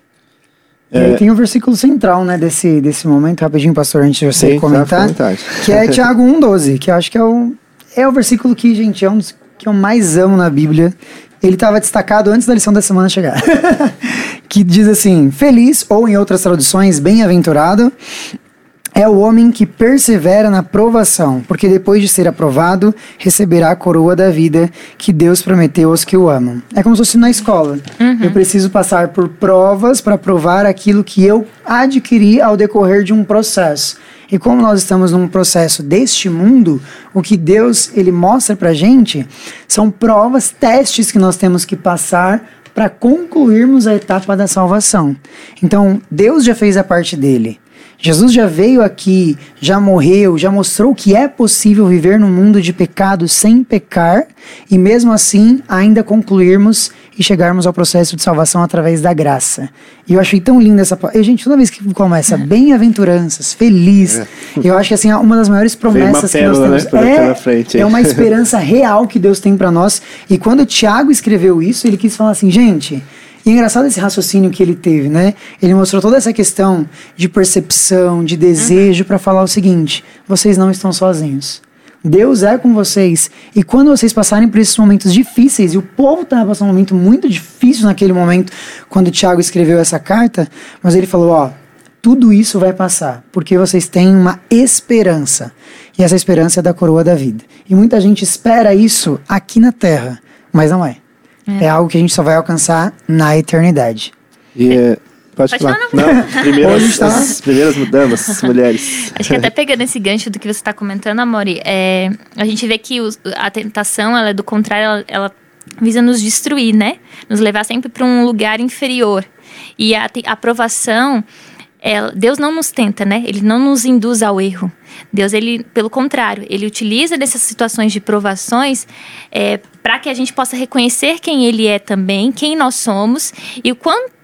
É. E aí tem o versículo central, né, desse, desse momento, rapidinho, pastor, antes de você Sim, comentar, que é Tiago um, doze, que eu acho que é o, é o versículo que, gente, é um dos que eu mais amo na Bíblia. Ele estava destacado antes da lição da semana chegar. Que diz assim, feliz, ou em outras traduções, bem-aventurado, é o homem que persevera na provação, porque depois de ser aprovado, receberá a coroa da vida que Deus prometeu aos que o amam. É como se fosse na escola. Uhum. Eu preciso passar por provas para provar aquilo que eu adquiri ao decorrer de um processo. E como nós estamos num processo deste mundo, o que Deus ele mostra pra gente são provas, testes que nós temos que passar para concluirmos a etapa da salvação. Então, Deus já fez a parte dele. Jesus já veio aqui, já morreu, já mostrou que é possível viver num mundo de pecado sem pecar e mesmo assim ainda concluirmos e chegarmos ao processo de salvação através da graça. E eu achei tão linda essa... E, gente, toda vez que começa bem-aventuranças, feliz, é. eu acho que assim, uma das maiores promessas que nós temos, né, é, é uma esperança real que Deus tem para nós. E quando o Tiago escreveu isso, ele quis falar assim, gente... E é engraçado esse raciocínio que ele teve, né? Ele mostrou toda essa questão de percepção, de desejo, para falar o seguinte: vocês não estão sozinhos. Deus é com vocês. E quando vocês passarem por esses momentos difíceis, e o povo estava passando um momento muito difícil naquele momento, quando o Tiago escreveu essa carta, mas ele falou, ó, tudo isso vai passar, porque vocês têm uma esperança. E essa esperança é da coroa da vida. E muita gente espera isso aqui na Terra, mas não é. É. é algo que a gente só vai alcançar na eternidade. E é, pode, pode falar. falar não? não primeiras, tá... As primeiras damas, mulheres. Acho que até pegando esse gancho do que você está comentando, Amori, é, a gente vê que os, a tentação, ela é do contrário, ela, ela visa nos destruir, né? Nos levar sempre para um lugar inferior. E a, a aprovação... É, Deus não nos tenta, né? Ele não nos induz ao erro. Deus, ele, pelo contrário, ele utiliza dessas situações de provações é, para que a gente possa reconhecer quem ele é também, quem nós somos e o quão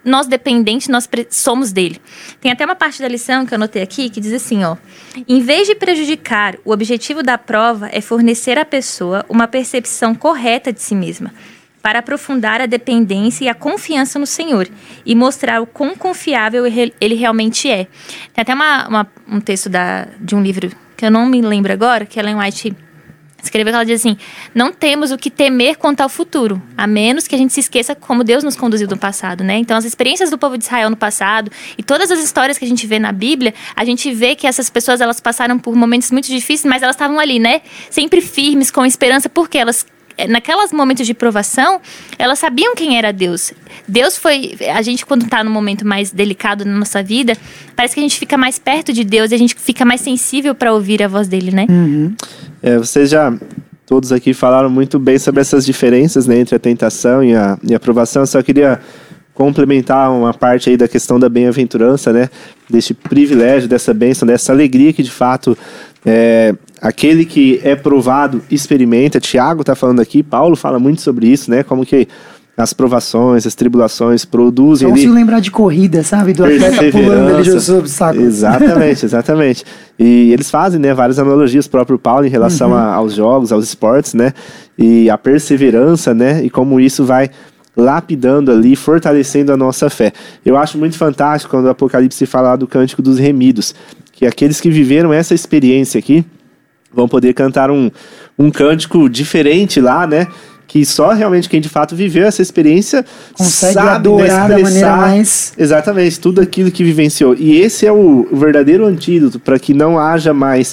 nós dependentes, nós somos dele. Tem até uma parte da lição que eu anotei aqui que diz assim, ó. Em vez de prejudicar, o objetivo da prova é fornecer à pessoa uma percepção correta de si mesma, para aprofundar a dependência e a confiança no Senhor e mostrar o quão confiável ele realmente é. Tem até uma, uma, um texto da, de um livro que eu não me lembro agora, que Ellen White escreveu, que ela diz assim: não temos o que temer quanto ao futuro, a menos que a gente se esqueça como Deus nos conduziu no passado, né? Então, as experiências do povo de Israel no passado e todas as histórias que a gente vê na Bíblia, a gente vê que essas pessoas, elas passaram por momentos muito difíceis, mas elas estavam ali, né? Sempre firmes, com esperança, porque elas... naqueles momentos de provação, elas sabiam quem era Deus. Deus foi... A gente, quando está num momento mais delicado na nossa vida, parece que a gente fica mais perto de Deus e a gente fica mais sensível para ouvir a voz dele, né? Uhum. É, vocês já... Todos aqui falaram muito bem sobre essas diferenças, né, entre a tentação e a, e a provação. Eu só queria complementar uma parte aí da questão da bem-aventurança, né? Deste privilégio, dessa bênção, dessa alegria que, de fato... É, aquele que é provado experimenta. Tiago está falando aqui, Paulo fala muito sobre isso, né? Como que as provações, as tribulações produzem. Eu consigo ali... lembrar de corrida, sabe? Do atleta pulando ali os obstáculos. Exatamente, exatamente. E eles fazem, né, várias analogias, o próprio Paulo, em relação uhum. a, aos jogos, aos esportes, né? E a perseverança, né? E como isso vai lapidando ali, fortalecendo a nossa fé. Eu acho muito fantástico quando o Apocalipse fala do Cântico dos Remidos, que aqueles que viveram essa experiência aqui vão poder cantar um, um cântico diferente lá, né? Que só realmente quem de fato viveu essa experiência consegue sabe, adorar né, da maneira mais... Exatamente, tudo aquilo que vivenciou. E esse é o, o verdadeiro antídoto para que não haja mais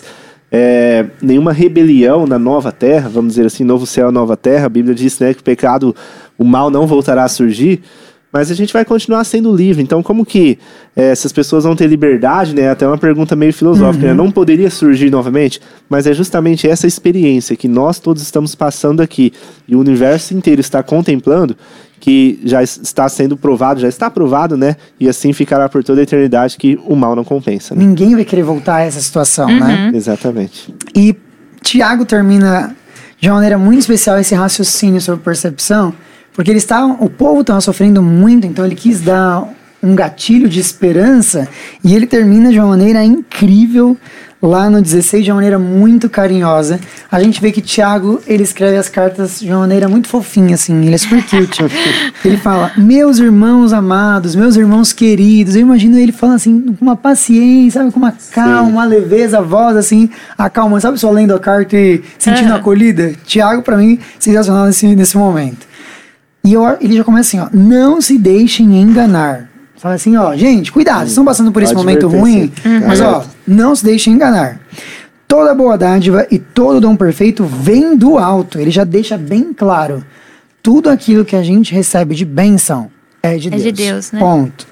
é, nenhuma rebelião na nova terra, vamos dizer assim, novo céu, nova terra. A Bíblia diz, né, que o pecado, o mal não voltará a surgir. Mas a gente vai continuar sendo livre. Então, como que é, essas pessoas vão ter liberdade, né? Até uma pergunta meio filosófica, uhum. né? Não poderia surgir novamente? Mas é justamente essa experiência que nós todos estamos passando aqui e o universo inteiro está contemplando, que já está sendo provado, já está provado, né? E assim ficará por toda a eternidade que o mal não compensa. Né? Ninguém vai querer voltar a essa situação, uhum. né? Exatamente. E Tiago termina de uma maneira muito especial esse raciocínio sobre percepção, porque eles estavam, o povo estava sofrendo muito, então ele quis dar um gatilho de esperança, e ele termina de uma maneira incrível, lá no dezesseis, de uma maneira muito carinhosa. A gente vê que Tiago, ele escreve as cartas de uma maneira muito fofinha, assim, ele é super cute. Ele fala, meus irmãos amados, meus irmãos queridos, eu imagino ele falando assim, com uma paciência, sabe, com uma calma, uma leveza, a voz assim, acalma, sabe, só lendo a carta e sentindo uhum. acolhida? Tiago, pra mim, sensacional nesse, nesse momento. E eu, ele já começa assim, ó, não se deixem enganar. Fala assim, ó, gente, cuidado, vocês estão passando por esse momento ruim, uhum. mas ó, não se deixem enganar. Toda boa dádiva e todo dom perfeito vem do alto. Ele já deixa bem claro, tudo aquilo que a gente recebe de bênção é de é Deus. de Deus, né? Ponto.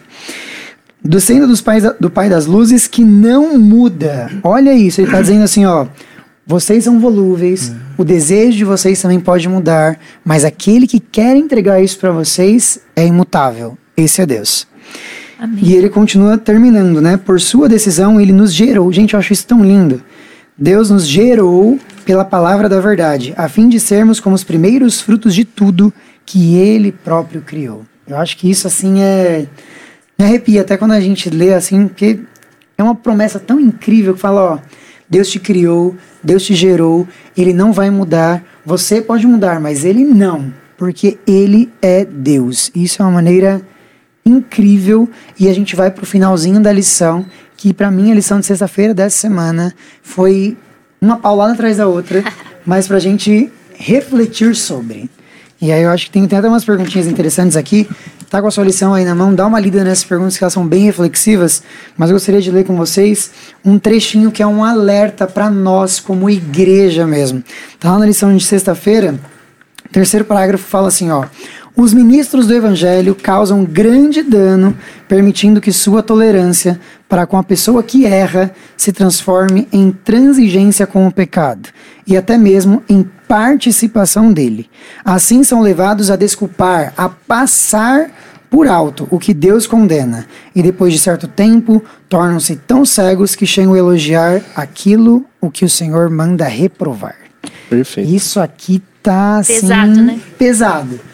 Do sendo dos pais, do Pai das Luzes que não muda. Olha isso, ele está dizendo assim, ó, vocês são volúveis, uhum. o desejo de vocês também pode mudar, mas aquele que quer entregar isso para vocês é imutável. Esse é Deus. Amém. E ele continua terminando, né? Por sua decisão, ele nos gerou. Gente, eu acho isso tão lindo. Deus nos gerou pela palavra da verdade, a fim de sermos como os primeiros frutos de tudo que ele próprio criou. Eu acho que isso, assim, é... me arrepia até quando a gente lê, assim, porque é uma promessa tão incrível que fala, ó, Deus te criou, Deus te gerou, ele não vai mudar, você pode mudar, mas ele não, porque ele é Deus. Isso é uma maneira incrível, e a gente vai pro finalzinho da lição, que pra mim a lição de sexta-feira dessa semana foi uma paulada atrás da outra, mas pra gente refletir sobre. E aí eu acho que tem, tem até umas perguntinhas interessantes aqui. Tá com a sua lição aí na mão, dá uma lida nessas perguntas que elas são bem reflexivas, mas eu gostaria de ler com vocês um trechinho que é um alerta para nós como igreja mesmo. Tá lá na lição de sexta-feira, o terceiro parágrafo fala assim, ó: os ministros do evangelho causam grande dano, permitindo que sua tolerância para com a pessoa que erra se transforme em transigência com o pecado, e até mesmo em participação dele. Assim são levados a desculpar, a passar por alto o que Deus condena, e depois de certo tempo tornam-se tão cegos que chegam a elogiar aquilo o que o Senhor manda reprovar. Perfeito. Isso aqui tá assim, pesado, né? Pesado.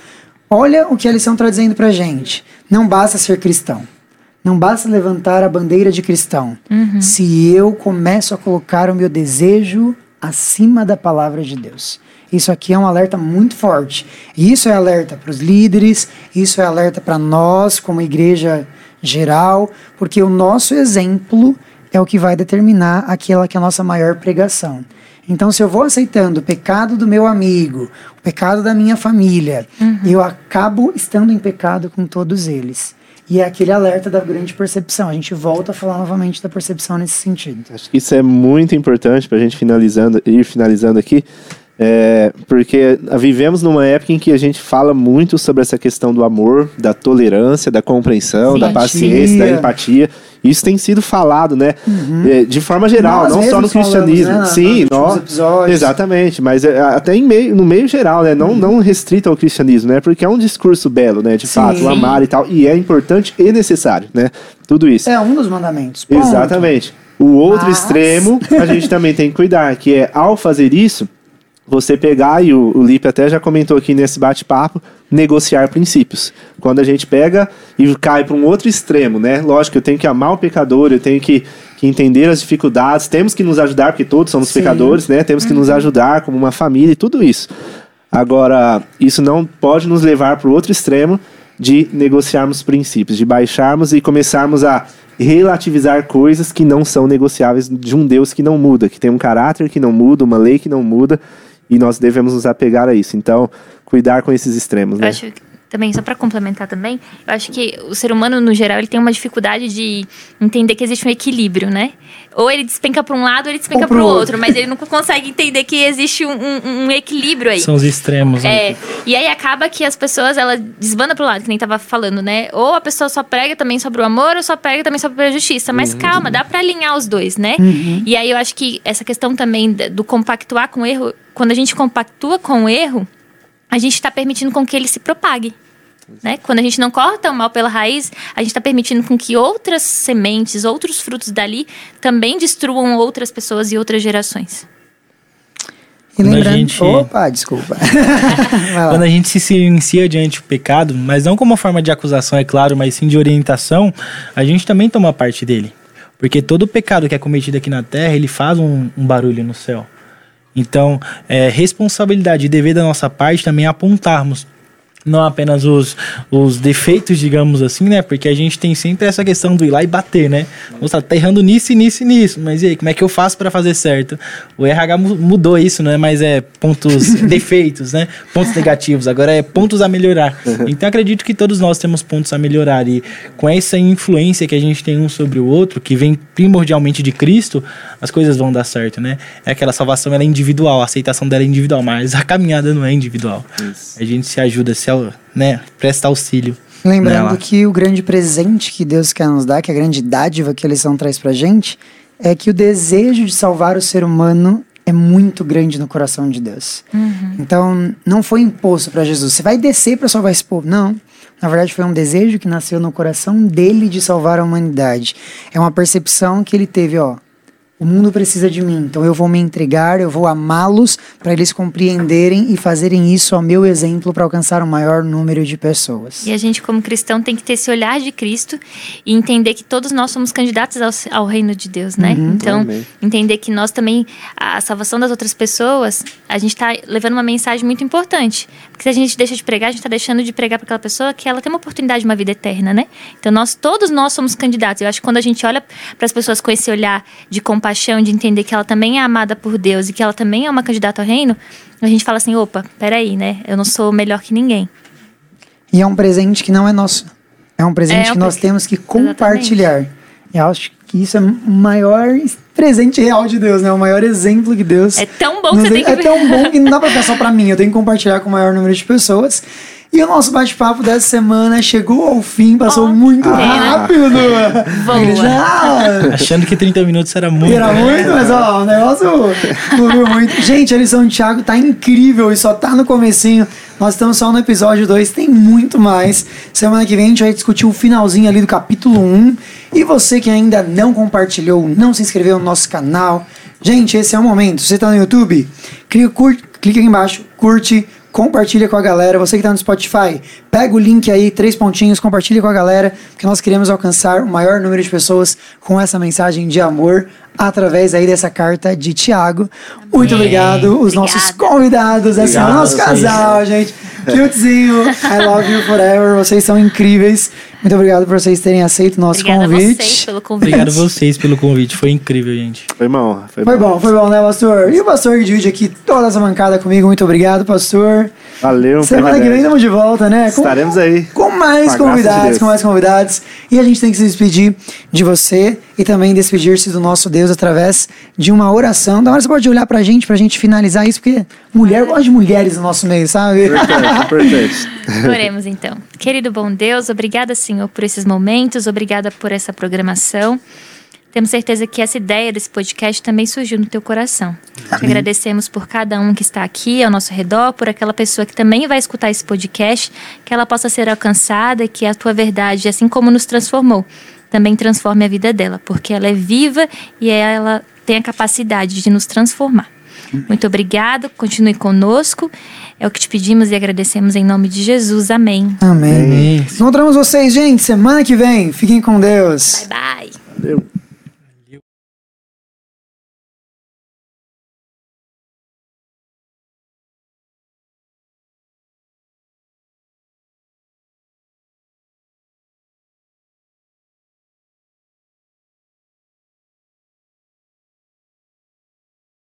Olha o que a lição está dizendo pra gente. Não basta ser cristão. Não basta levantar a bandeira de cristão. Uhum. Se eu começo a colocar o meu desejo acima da palavra de Deus. Isso aqui é um alerta muito forte. E isso é alerta para os líderes, isso é alerta para nós, como igreja geral, porque o nosso exemplo é o que vai determinar aquela que é a nossa maior pregação. Então, se eu vou aceitando o pecado do meu amigo, o pecado da minha família, uhum. eu acabo estando em pecado com todos eles. E é aquele alerta da grande percepção. A gente volta a falar novamente da percepção nesse sentido. Acho que isso é muito importante para a gente finalizando, ir finalizando aqui. É, porque vivemos numa época em que a gente fala muito sobre essa questão do amor, da tolerância, da compreensão, Sim. da paciência, da empatia. Isso tem sido falado, né? Uhum. É, de forma geral, nós não só no cristianismo. Falamos, né? Sim, nós, exatamente, mas é, até em meio, no meio geral, né? Não, uhum. não restrito ao cristianismo, né? Porque é um discurso belo, né? De Sim. fato, o amar e tal. E é importante e necessário, né? Tudo isso. É um dos mandamentos. Ponto. Exatamente. O outro mas... extremo, a gente também tem que cuidar, que é, ao fazer isso, você pegar, e o, o Lipe até já comentou aqui nesse bate-papo, negociar princípios. Quando a gente pega e cai para um outro extremo, né? Lógico, eu tenho que amar o pecador, eu tenho que, que entender as dificuldades, temos que nos ajudar, porque todos somos Sim. pecadores, né? Temos que uhum. nos ajudar como uma família e tudo isso. Agora, isso não pode nos levar para o outro extremo de negociarmos princípios, de baixarmos e começarmos a relativizar coisas que não são negociáveis de um Deus que não muda, que tem um caráter que não muda, uma lei que não muda. E nós devemos nos apegar a isso. Então, cuidar com esses extremos, né? Eu acho que, também, só para complementar também, eu acho que o ser humano, no geral, ele tem uma dificuldade de entender que existe um equilíbrio, né? Ou ele despenca para um lado, ou ele despenca para o outro. outro. Mas ele não consegue entender que existe um, um, um equilíbrio aí. São os extremos, né? É, e aí acaba que as pessoas, elas desbandam para o lado, que nem tava falando, né? Ou a pessoa só prega também sobre o amor, ou só prega também sobre a justiça. Mas uhum. calma, dá para alinhar os dois, né? Uhum. E aí eu acho que essa questão também do compactuar com o erro, quando a gente compactua com o erro, a gente está permitindo com que ele se propague. Né? Quando a gente não corta o mal pela raiz, a gente está permitindo com que outras sementes, outros frutos dali também destruam outras pessoas e outras gerações. E lembrando... Gente... Opa, desculpa. Quando a gente se silencia diante do pecado, mas não como uma forma de acusação, é claro, mas sim de orientação, a gente também toma parte dele. Porque todo pecado que é cometido aqui na terra, ele faz um, um barulho no céu. Então, é responsabilidade e dever da nossa parte também é apontarmos não apenas os, os defeitos, digamos assim, né? Porque a gente tem sempre essa questão do ir lá e bater, né? Nossa, tá errando nisso, e nisso e nisso. Mas e aí, como é que eu faço para fazer certo? O R H mudou isso, não é mais é pontos defeitos, né? Pontos negativos. Agora é pontos a melhorar. Então, acredito que todos nós temos pontos a melhorar. E com essa influência que a gente tem um sobre o outro, que vem primordialmente de Cristo, as coisas vão dar certo, né? É aquela salvação, ela é individual, a aceitação dela é individual, mas a caminhada não é individual. Isso. A gente se ajuda, se né, presta auxílio. Lembrando nela. Que o grande presente que Deus quer nos dar, que a grande dádiva que a lição traz pra gente, é que o desejo de salvar o ser humano é muito grande no coração de Deus. Uhum. Então, não foi imposto para Jesus. Você vai descer para salvar esse povo. Não. Na verdade, foi um desejo que nasceu no coração dele de salvar a humanidade. É uma percepção que ele teve, ó. O mundo precisa de mim, então eu vou me entregar, eu vou amá-los para eles compreenderem e fazerem isso ao meu exemplo para alcançar um maior número de pessoas. E a gente, como cristão, tem que ter esse olhar de Cristo e entender que todos nós somos candidatos ao, ao reino de Deus, né? Uhum. Então, Amém. Entender que nós também, a salvação das outras pessoas, a gente está levando uma mensagem muito importante. Porque se a gente deixa de pregar, a gente está deixando de pregar para aquela pessoa que ela tem uma oportunidade de uma vida eterna, né? Então, nós, todos nós somos candidatos. Eu acho que quando a gente olha para as pessoas com esse olhar de compaixão, paixão de entender que ela também é amada por Deus e que ela também é uma candidata ao reino, a gente fala assim, opa, peraí, né? Eu não sou melhor que ninguém. E é um presente que não é nosso. É um presente é um que nós pre... temos que compartilhar. Exatamente. Eu acho que isso é o maior presente real de Deus, né? O maior exemplo que Deus... É tão bom que você tem que... É tão bom que não dá pra ficar só pra mim. Eu tenho que compartilhar com o maior número de pessoas. E o nosso bate-papo dessa semana chegou ao fim, passou oh, muito ah, rápido. Já... Achando que trinta minutos era muito. Era né? muito, mas ó, o negócio fluiu muito. Gente, a lição de Thiago tá incrível e só tá no comecinho. Nós estamos só no episódio dois, tem muito mais. Semana que vem a gente vai discutir o finalzinho ali do capítulo um. E você que ainda não compartilhou, não se inscreveu no nosso canal. Gente, esse é o momento. Você tá no YouTube? Clica, curte, clica aqui embaixo, curte, compartilha com a galera. Você que tá no Spotify, pega o link aí, três pontinhos, compartilha com a galera, porque nós queremos alcançar o maior número de pessoas com essa mensagem de amor através aí dessa carta de Tiago. Muito obrigado. Os Obrigada. nossos convidados, esse é o Obrigado nosso a vocês. casal, gente. Cutezinho, I love you forever. Vocês são incríveis. Muito obrigado por vocês terem aceito o nosso Obrigada a convite. vocês pelo convite. Obrigado a vocês pelo convite. Foi incrível, gente. Foi uma honra. Foi, Foi uma honra. bom, foi bom, né, pastor? E o pastor que divide aqui toda essa bancada comigo. Muito obrigado, pastor. Valeu, um Semana que vem privilégio. estamos de volta, né? Com, Estaremos aí. com mais Com a graça de convidados, Deus. com mais convidados. E a gente tem que se despedir de você e também despedir-se do nosso Deus através de uma oração. Da hora você pode olhar pra gente, pra gente finalizar isso, porque mulher gosta de mulheres no nosso meio, sabe? Importante, importante. Oremos então. Querido bom Deus, obrigada, Senhor, por esses momentos, obrigada por essa programação. Temos certeza que essa ideia desse podcast também surgiu no teu coração. Te agradecemos por cada um que está aqui ao nosso redor, por aquela pessoa que também vai escutar esse podcast, que ela possa ser alcançada e que a tua verdade, assim como nos transformou, também transforme a vida dela, porque ela é viva e ela tem a capacidade de nos transformar. Muito obrigado, continue conosco. É o que te pedimos e agradecemos em nome de Jesus. Amém. Amém. Amém. Encontramos vocês, gente, semana que vem. Fiquem com Deus. Bye, bye. Valeu.